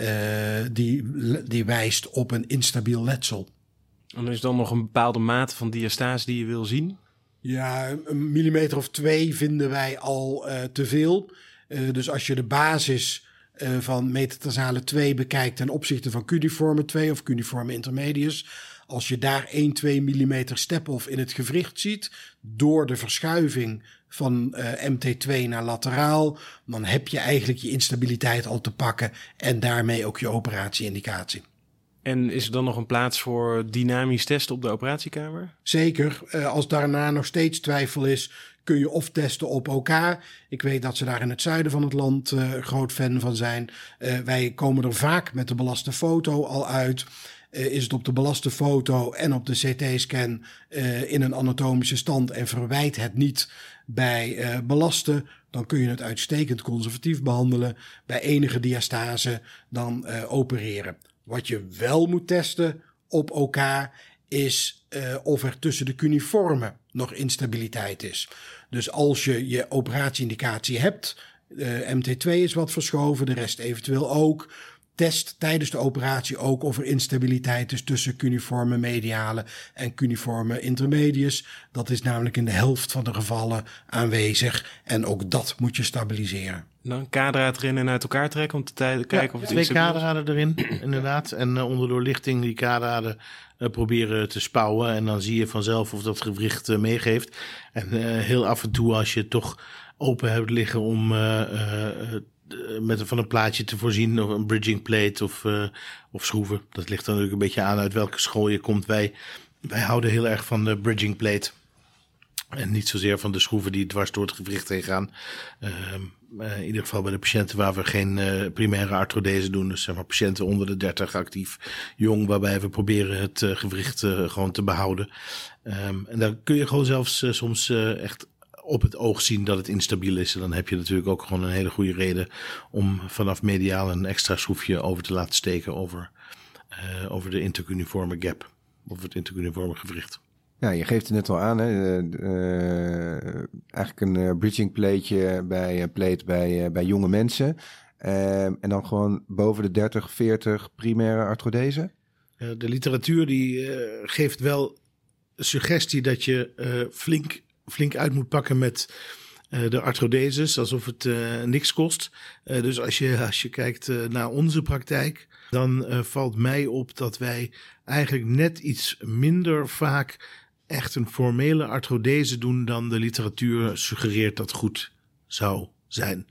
Speaker 4: die wijst op een instabiel letsel.
Speaker 6: En er is dan nog een bepaalde mate van diastase die je wil zien?
Speaker 4: Ja, 1 millimeter of 2 vinden wij al te veel. Dus als je de basis van metatarsale 2 bekijkt ten opzichte van cuneiforme 2 of cuneiforme intermedius, als je daar 1-2 millimeter step-off in het gewricht ziet, door de verschuiving van MT2 naar lateraal, dan heb je eigenlijk je instabiliteit al te pakken en daarmee ook je operatieindicatie.
Speaker 6: En is er dan nog een plaats voor dynamisch testen op de operatiekamer?
Speaker 4: Zeker. Als daarna nog steeds twijfel is, kun je of testen op OK. Ik weet dat ze daar in het zuiden van het land groot fan van zijn. Wij komen er vaak met de belaste foto al uit. Is het op de belaste foto en op de CT-scan in een anatomische stand en verwijt het niet bij belasten, dan kun je het uitstekend conservatief behandelen. Bij enige diastase dan opereren. Wat je wel moet testen op OK is of er tussen de cuneiformen nog instabiliteit is. Dus als je je operatieindicatie hebt, MT2 is wat verschoven, de rest eventueel ook. Test tijdens de operatie ook of er instabiliteit is tussen cuneiforme mediale en cuneiforme intermedius. Dat is namelijk in de helft van de gevallen aanwezig en ook dat moet je stabiliseren.
Speaker 6: Dan kaderdraad erin en uit elkaar trekken om te kijken of het
Speaker 5: 2 kaderdraden erin, inderdaad. En onder doorlichting die kaderdraden proberen te spouwen. En dan zie je vanzelf of dat gewricht meegeeft. En heel af en toe als je het toch open hebt liggen om van een plaatje te voorzien, of een bridging plate of schroeven. Dat ligt dan natuurlijk een beetje aan uit welke school je komt. Wij houden heel erg van de bridging plate. En niet zozeer van de schroeven die dwars door het gewricht heen gaan. In ieder geval bij de patiënten waar we geen primaire arthrodese doen. Dus zeg maar patiënten onder de 30 actief jong. Waarbij we proberen het gewricht gewoon te behouden. En dan kun je gewoon zelfs soms echt op het oog zien dat het instabiel is. En dan heb je natuurlijk ook gewoon een hele goede reden om vanaf mediaal een extra schroefje over te laten steken over de intercuneiforme gap. Of het intercuneiforme gewricht.
Speaker 3: Ja, je geeft het net al aan, hè? Eigenlijk een bridging plate bij jonge mensen. En dan gewoon boven de 30, 40 primaire arthrodese?
Speaker 5: De literatuur die geeft wel suggestie dat je flink uit moet pakken met de arthrodeses, alsof het niks kost. Dus als je kijkt naar onze praktijk, dan valt mij op dat wij eigenlijk net iets minder vaak echt een formele arthrodese doen dan de literatuur suggereert dat goed zou zijn.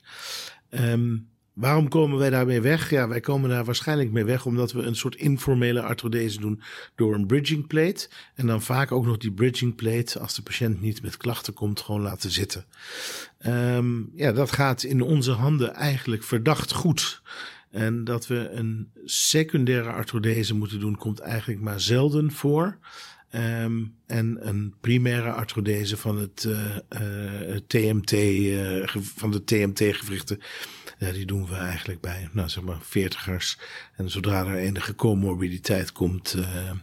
Speaker 5: Waarom komen wij daarmee weg? Ja, wij komen daar waarschijnlijk mee weg omdat we een soort informele arthrodese doen door een bridging plate. En dan vaak ook nog die bridging plate, als de patiënt niet met klachten komt, gewoon laten zitten. Dat gaat in onze handen eigenlijk verdacht goed. En dat we een secundaire arthrodese moeten doen, komt eigenlijk maar zelden voor. En een primaire arthrodese van het TMT, van de TMT-gewrichten, die doen we eigenlijk bij, zeg maar 40ers. En zodra er enige comorbiditeit komt,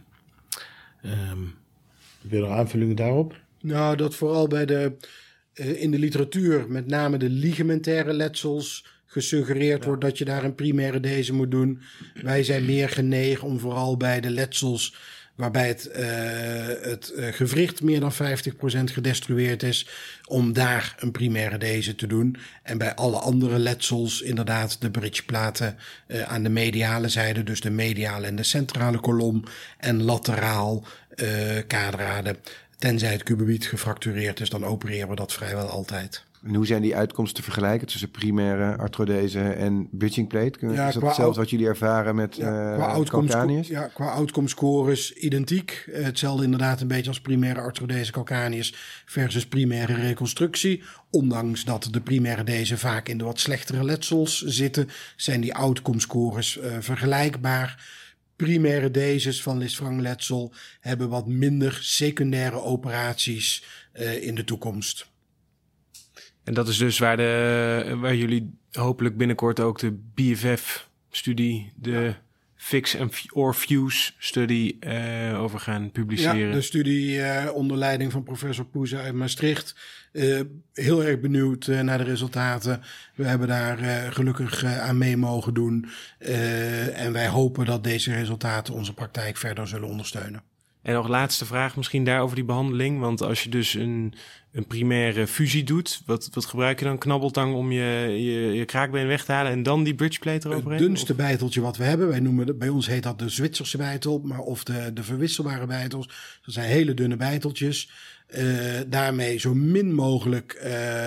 Speaker 5: heb je nog aanvullingen daarop?
Speaker 4: Nou, dat vooral bij in de literatuur, met name de ligamentaire letsels, gesuggereerd wordt dat je daar een primaire deze moet doen. Wij zijn meer genegen om vooral bij de letsels waarbij het gewricht meer dan 50% gedestrueerd is, om daar een primaire deze te doen. En bij alle andere letsels inderdaad de bridgeplaten aan de mediale zijde, dus de mediale en de centrale kolom, en lateraal kadraden. Tenzij het cuboïd gefractureerd is, dan opereren we dat vrijwel altijd.
Speaker 3: En hoe zijn die uitkomsten te vergelijken tussen primaire arthrodese en bridging plate? Is dat hetzelfde wat jullie ervaren met calcaneus?
Speaker 4: Ja, qua outcome-scores identiek. Hetzelfde inderdaad een beetje als primaire arthrodese calcaneus versus primaire reconstructie. Ondanks dat de primaire deze vaak in de wat slechtere letsels zitten, zijn die outcome-scores vergelijkbaar. Primaire dezes van Lisfranc-letsel hebben wat minder secundaire operaties in de toekomst.
Speaker 6: En dat is dus waar jullie hopelijk binnenkort ook de BFF-studie, de Fix or Fuse-studie over gaan publiceren.
Speaker 4: Ja, de studie onder leiding van professor Poeze uit Maastricht. Heel erg benieuwd naar de resultaten. We hebben daar gelukkig aan mee mogen doen. En wij hopen dat deze resultaten onze praktijk verder zullen ondersteunen.
Speaker 6: En nog laatste vraag misschien daar over die behandeling. Want als je dus een primaire fusie doet, wat gebruik je dan? Knabbeltang om je kraakbeen weg te halen en dan die bridgeplate eroverheen?
Speaker 4: Het dunste beiteltje wat we hebben. Wij noemen bij ons heet dat de Zwitserse beitel, maar of de verwisselbare beitels. Dat zijn hele dunne beiteltjes. Daarmee zo min mogelijk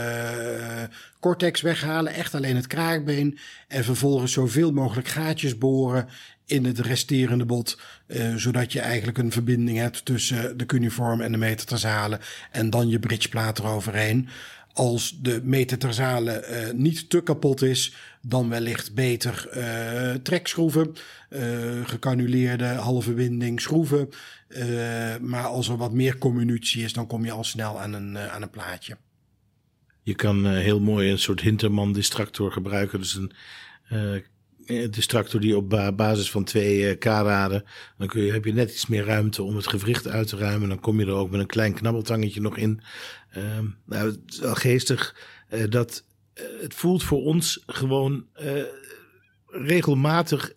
Speaker 4: cortex weghalen, echt alleen het kraakbeen. En vervolgens zoveel mogelijk gaatjes boren in het resterende bot, zodat je eigenlijk een verbinding hebt tussen de cuneiform en de metatarsale en dan je bridgeplaat eroverheen. Als de metatarsale niet te kapot is, dan wellicht beter trekschroeven, gecanuleerde halve winding schroeven. Maar als er wat meer comminutie is, dan kom je al snel aan een plaatje. Je
Speaker 5: kan heel mooi een soort Hinterman distractor gebruiken. Dus een distractor die op basis van 2 K-raden, dan heb je net iets meer ruimte om het gewricht uit te ruimen. Dan kom je er ook met een klein knabbeltangetje nog in. Het is wel geestig dat het voelt voor ons gewoon regelmatig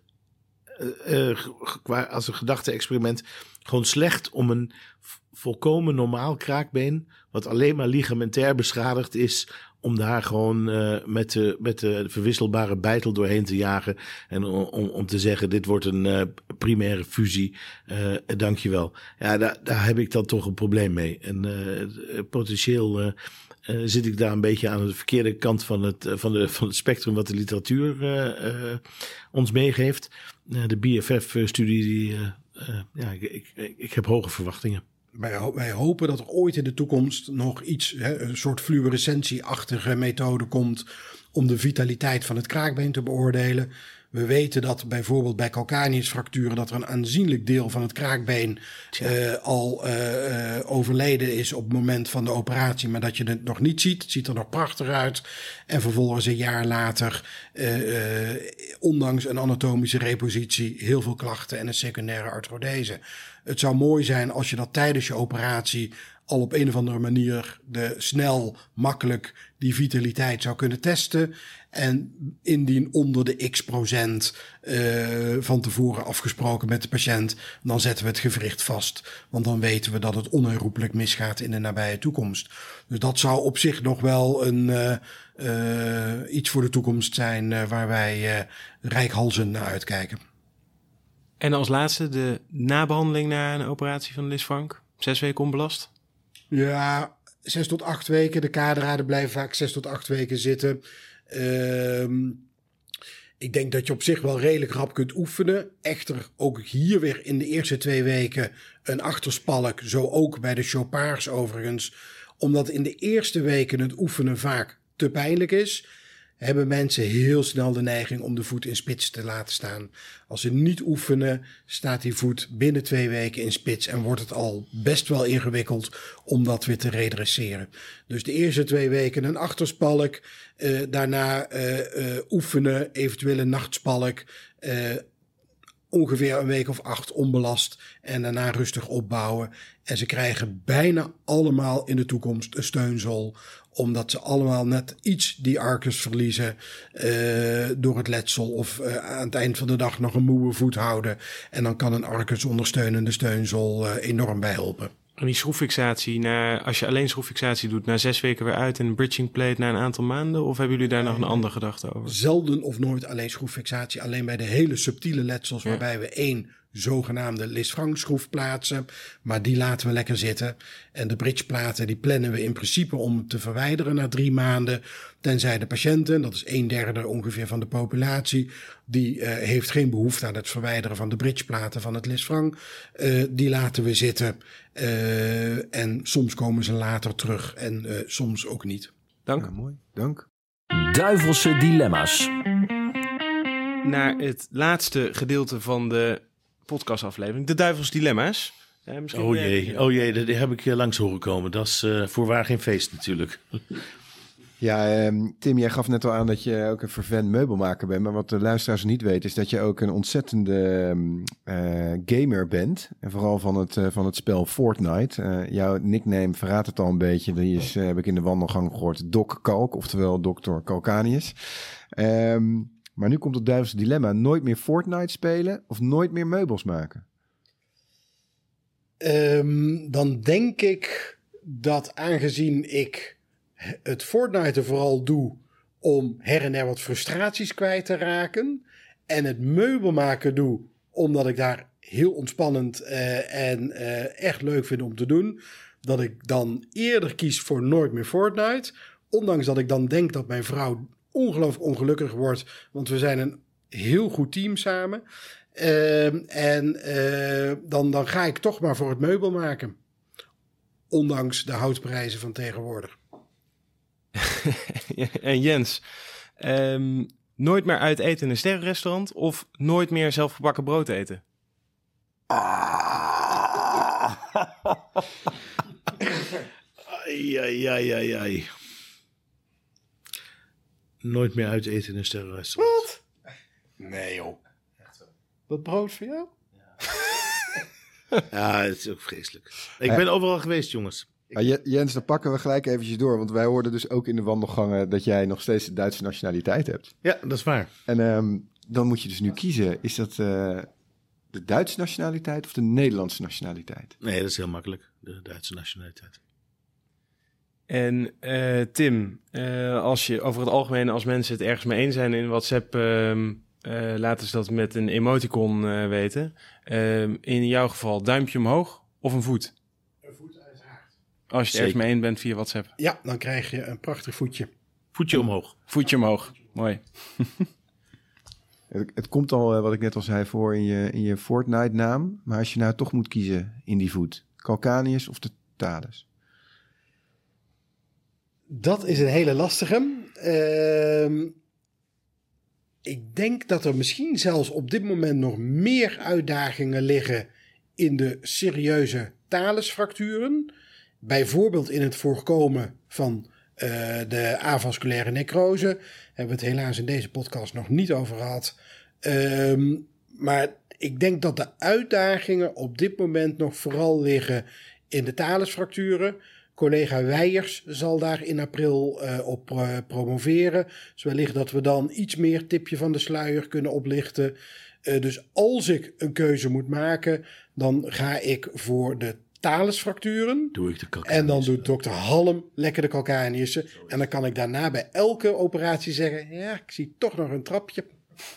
Speaker 5: als een gedachte-experiment gewoon slecht om een volkomen normaal kraakbeen, wat alleen maar ligamentair beschadigd is, om daar gewoon met de verwisselbare beitel doorheen te jagen en om te zeggen, dit wordt een primaire fusie, dankjewel. Ja, daar heb ik dan toch een probleem mee. En potentieel zit ik daar een beetje aan de verkeerde kant van het spectrum wat de literatuur ons meegeeft. De BFF-studie, ik heb hoge verwachtingen.
Speaker 4: Wij hopen dat er ooit in de toekomst nog iets, een soort fluorescentieachtige methode komt om de vitaliteit van het kraakbeen te beoordelen. We weten dat bijvoorbeeld bij calcaneusfracturen dat er een aanzienlijk deel van het kraakbeen al overleden is op het moment van de operatie, maar dat je het nog niet ziet. Het ziet er nog prachtig uit. En vervolgens een jaar later, ondanks een anatomische repositie, heel veel klachten en een secundaire arthrodese. Het zou mooi zijn als je dat tijdens je operatie al op een of andere manier snel, makkelijk die vitaliteit zou kunnen testen. En indien onder de x% van tevoren afgesproken met de patiënt, dan zetten we het gewricht vast. Want dan weten we dat het onherroepelijk misgaat in de nabije toekomst. Dus dat zou op zich nog wel iets voor de toekomst zijn waar wij reikhalzend naar uitkijken.
Speaker 6: En als laatste de nabehandeling na een operatie van Lisfranc. 6 weken onbelast?
Speaker 4: Ja, 6 tot 8 weken. De kaderraden blijven vaak 6 tot 8 weken zitten. Ik denk dat je op zich wel redelijk rap kunt oefenen. Echter ook hier weer in de eerste 2 weken een achterspalk. Zo ook bij de Chopards overigens. Omdat in de eerste weken het oefenen vaak te pijnlijk is. hebben mensen heel snel de neiging om de voet in spits te laten staan. Als ze niet oefenen, staat die voet binnen 2 weken in spits en wordt het al best wel ingewikkeld om dat weer te redresseren. Dus de eerste 2 weken een achterspalk, daarna oefenen, eventueel een nachtspalk, ongeveer een week of 8 onbelast en daarna rustig opbouwen. En ze krijgen bijna allemaal in de toekomst een steunzool, omdat ze allemaal net iets die arcus verliezen door het letsel of aan het eind van de dag nog een moe voet houden. En dan kan een arcus ondersteunende steunzool enorm bij helpen.
Speaker 6: En die schroeffixatie, als je alleen schroeffixatie doet, na 6 weken weer uit en een bridging plate na een aantal maanden? Of hebben jullie daar nog een andere gedachte over?
Speaker 4: Zelden of nooit alleen schroeffixatie. Alleen bij de hele subtiele letsels waarbij we 1 zogenaamde Lisfranc schroef plaatsen. Maar die laten we lekker zitten. En de bridgeplaten die plannen we in principe om te verwijderen na 3 maanden. Tenzij de patiënten, dat is 1/3 ongeveer van de populatie, die heeft geen behoefte aan het verwijderen van de bridgeplaten van het Lisfranc. Die laten we zitten. En soms komen ze later terug en soms ook niet.
Speaker 6: Dank.
Speaker 3: Ja, mooi, dank.
Speaker 2: Duivelse dilemma's.
Speaker 6: Naar het laatste gedeelte van de podcastaflevering. De Duivels Dilemma's.
Speaker 5: Oh jee, dat heb ik langs horen komen. Dat is voorwaar geen feest natuurlijk.
Speaker 3: Ja, Tim, jij gaf net al aan dat je ook een vervent meubelmaker bent. Maar wat de luisteraars niet weten, is dat je ook een ontzettende gamer bent. En vooral van het spel Fortnite. Jouw nickname verraadt het al een beetje. Die is, heb ik in de wandelgang gehoord, Doc Kalk, oftewel Dr. Kalkanius. Maar nu komt het duivelse dilemma. Nooit meer Fortnite spelen of nooit meer meubels maken?
Speaker 4: Dan denk ik dat aangezien ik het Fortnite vooral doe om her en der wat frustraties kwijt te raken. En het meubelmaken doe omdat ik daar heel ontspannend en echt leuk vind om te doen. Dat ik dan eerder kies voor nooit meer Fortnite. Ondanks dat ik dan denk dat mijn vrouw ongelooflijk ongelukkig wordt. Want we zijn een heel goed team samen. Dan ga ik toch maar voor het meubel maken. Ondanks de houtprijzen van tegenwoordig.
Speaker 6: En Jens, nooit meer uit eten in een sterrenrestaurant of nooit meer zelfgebakken brood eten?
Speaker 5: Ai. Nooit meer uit eten in een sterrenrestaurant.
Speaker 4: Wat? Nee joh. Dat brood voor jou?
Speaker 5: Ja, het is ook vreselijk. Ik ben overal geweest, jongens.
Speaker 3: Jens, dan pakken we gelijk eventjes door. Want wij hoorden dus ook in de wandelgangen dat jij nog steeds de Duitse nationaliteit hebt.
Speaker 5: Ja, dat is waar.
Speaker 3: En dan moet je dus nu kiezen. Is dat de Duitse nationaliteit of de Nederlandse nationaliteit?
Speaker 5: Nee, dat is heel makkelijk. De Duitse nationaliteit.
Speaker 6: En Tim, als je over het algemeen, als mensen het ergens mee eens zijn in WhatsApp, laten ze dat met een emoticon weten. In jouw geval duimpje omhoog of een voet?
Speaker 4: Een voet uiteraard.
Speaker 6: Als je het ergens mee eens bent via WhatsApp.
Speaker 4: Ja, dan krijg je een prachtig voetje.
Speaker 5: Voetje omhoog.
Speaker 6: Voetje omhoog. Mooi.
Speaker 3: Het komt al, wat ik net al zei, voor in je Fortnite-naam. Maar als je nou toch moet kiezen in die voet, Kalkanius of de Thales?
Speaker 4: Dat is een hele lastige. Ik denk dat er misschien zelfs op dit moment nog meer uitdagingen liggen in de serieuze Thalesfracturen. Bijvoorbeeld in het voorkomen van de avasculaire necrose. Hebben we het helaas in deze podcast nog niet over gehad. Maar ik denk dat de uitdagingen op dit moment nog vooral liggen in de Thalesfracturen. Collega Weijers zal daar in april op promoveren. Dus wellicht dat we dan iets meer tipje van de sluier kunnen oplichten. Dus als ik een keuze moet maken, dan ga ik voor de Thalesfracturen.
Speaker 5: Doe ik de Kalkanius.
Speaker 4: En dan doet dokter Halm lekker de Kalkaniussen. En dan kan ik daarna bij elke operatie zeggen, ja, ik zie toch nog een trapje.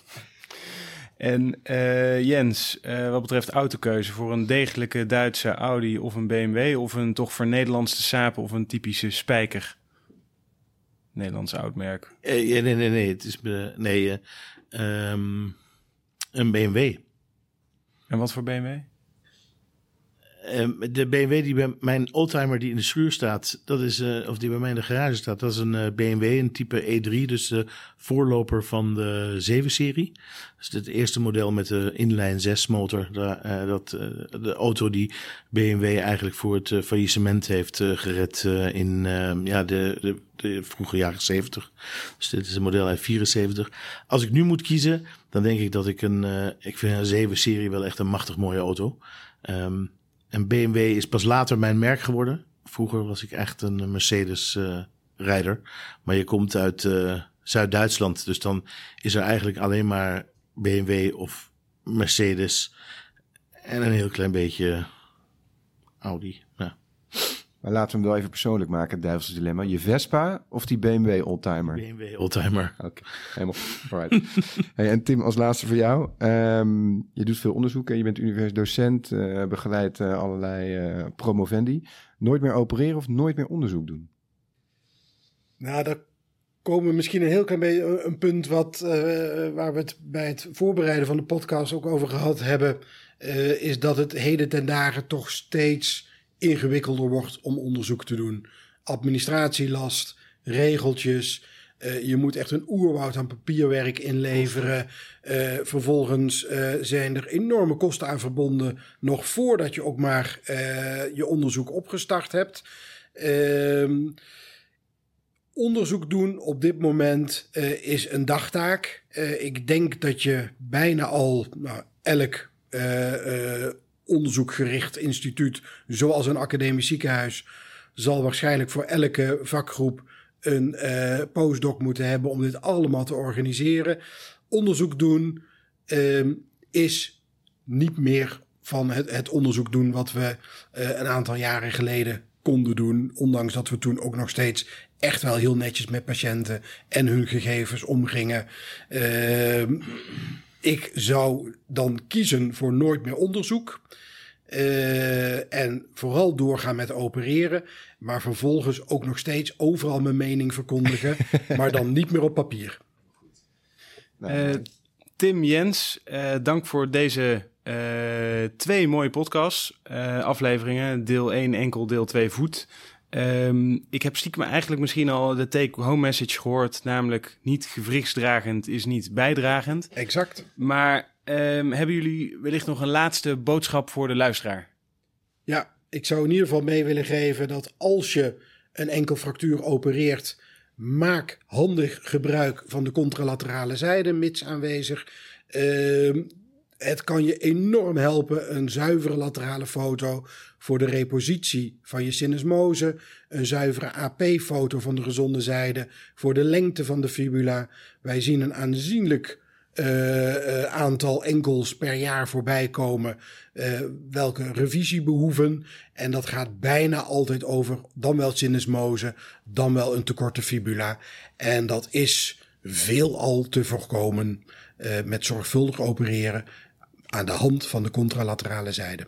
Speaker 6: En Jens, wat betreft autokeuze, voor een degelijke Duitse Audi of een BMW of een toch vernederlandste Saab of een typische Spijker? Nederlands oud merk.
Speaker 5: Nee. Het is een BMW.
Speaker 6: En wat voor BMW?
Speaker 5: De BMW die bij mijn oldtimer die in de schuur staat, dat is, of die bij mij in de garage staat, dat is een BMW, een type E3, dus de voorloper van de 7-serie. Dus het eerste model met de inline 6 motor. De auto die BMW eigenlijk voor het faillissement heeft gered in de vroege jaren 70. Dus dit is een model uit 74. Als ik nu moet kiezen, dan denk ik dat ik ik vind een 7-serie wel echt een machtig mooie auto. En BMW is pas later mijn merk geworden. Vroeger was ik echt een Mercedes-rijder. Maar je komt uit Zuid-Duitsland. Dus dan is er eigenlijk alleen maar BMW of Mercedes. En een heel klein beetje Audi. Ja.
Speaker 3: Maar laten we hem wel even persoonlijk maken, het duivelse dilemma. Je Vespa of die BMW oldtimer?
Speaker 5: BMW oldtimer.
Speaker 3: Oké, helemaal right. Hey, en Tim, als laatste voor jou. Je doet veel onderzoek en je bent universitair docent, begeleidt allerlei promovendi. Nooit meer opereren of nooit meer onderzoek doen?
Speaker 4: Nou, daar komen we misschien een heel klein beetje een punt waar we het bij het voorbereiden van de podcast ook over gehad hebben, is dat het heden ten dagen toch steeds ingewikkelder wordt om onderzoek te doen. Administratielast, regeltjes. Je moet echt een oerwoud aan papierwerk inleveren. Vervolgens zijn er enorme kosten aan verbonden, nog voordat je ook maar je onderzoek opgestart hebt. Onderzoek doen op dit moment is een dagtaak. Ik denk dat je bijna al elk onderzoekgericht instituut, zoals een academisch ziekenhuis, zal waarschijnlijk voor elke vakgroep een postdoc moeten hebben om dit allemaal te organiseren. Onderzoek doen is niet meer van het onderzoek doen wat we een aantal jaren geleden konden doen, ondanks dat we toen ook nog steeds echt wel heel netjes met patiënten en hun gegevens omgingen. Ik zou dan kiezen voor nooit meer onderzoek. En vooral doorgaan met opereren. Maar vervolgens ook nog steeds overal mijn mening verkondigen. Maar dan niet meer op papier.
Speaker 6: Tim, Jens, dank voor deze 2 mooie podcasts. Afleveringen, deel 1 enkel, deel 2 voet. Ik heb stiekem eigenlijk misschien al de take-home message gehoord. Namelijk niet gewrichtsdragend is niet bijdragend.
Speaker 4: Exact.
Speaker 6: Maar hebben jullie wellicht nog een laatste boodschap voor de luisteraar?
Speaker 4: Ja, ik zou in ieder geval mee willen geven dat als je een enkelfractuur opereert, maak handig gebruik van de contralaterale zijde, mits aanwezig. Het kan je enorm helpen, een zuivere laterale foto voor de repositie van je syndesmose, een zuivere AP-foto van de gezonde zijde voor de lengte van de fibula. Wij zien een aanzienlijk aantal enkels per jaar voorbij komen welke revisie behoeven. En dat gaat bijna altijd over dan wel syndesmose, dan wel een tekorte fibula. En dat is veelal te voorkomen met zorgvuldig opereren aan de hand van de contralaterale zijde.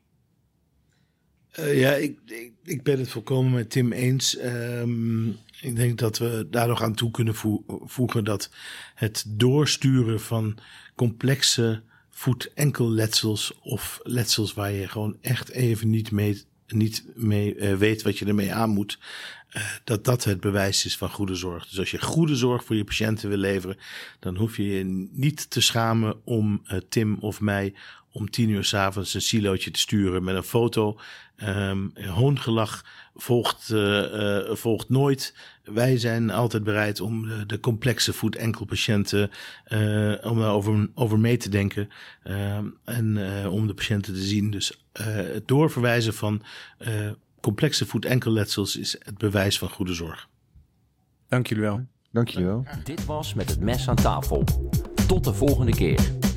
Speaker 5: Ik ben het volkomen met Tim eens. Ik denk dat we daar nog aan toe kunnen voegen dat het doorsturen van complexe voet-enkelletsels of letsels waar je gewoon echt even niet mee weet wat je ermee aan moet, dat het bewijs is van goede zorg. Dus als je goede zorg voor je patiënten wil leveren, dan hoef je je niet te schamen om Tim of mij om 10:00 s'avonds een silootje te sturen met een foto. Hoongelach volgt nooit. Wij zijn altijd bereid om de complexe voet-enkelpatiënten om over mee te denken en om de patiënten te zien. Dus het doorverwijzen van complexe voet-enkelletsels is het bewijs van goede zorg.
Speaker 6: Dank jullie wel.
Speaker 3: Dank jullie wel.
Speaker 2: Dit was Met het Mes aan tafel. Tot de volgende keer.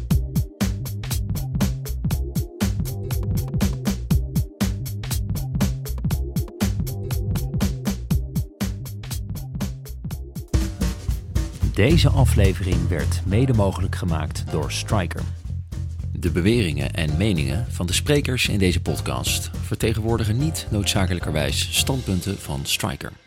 Speaker 2: Deze aflevering werd mede mogelijk gemaakt door Stryker. De beweringen en meningen van de sprekers in deze podcast vertegenwoordigen niet noodzakelijkerwijs standpunten van Stryker.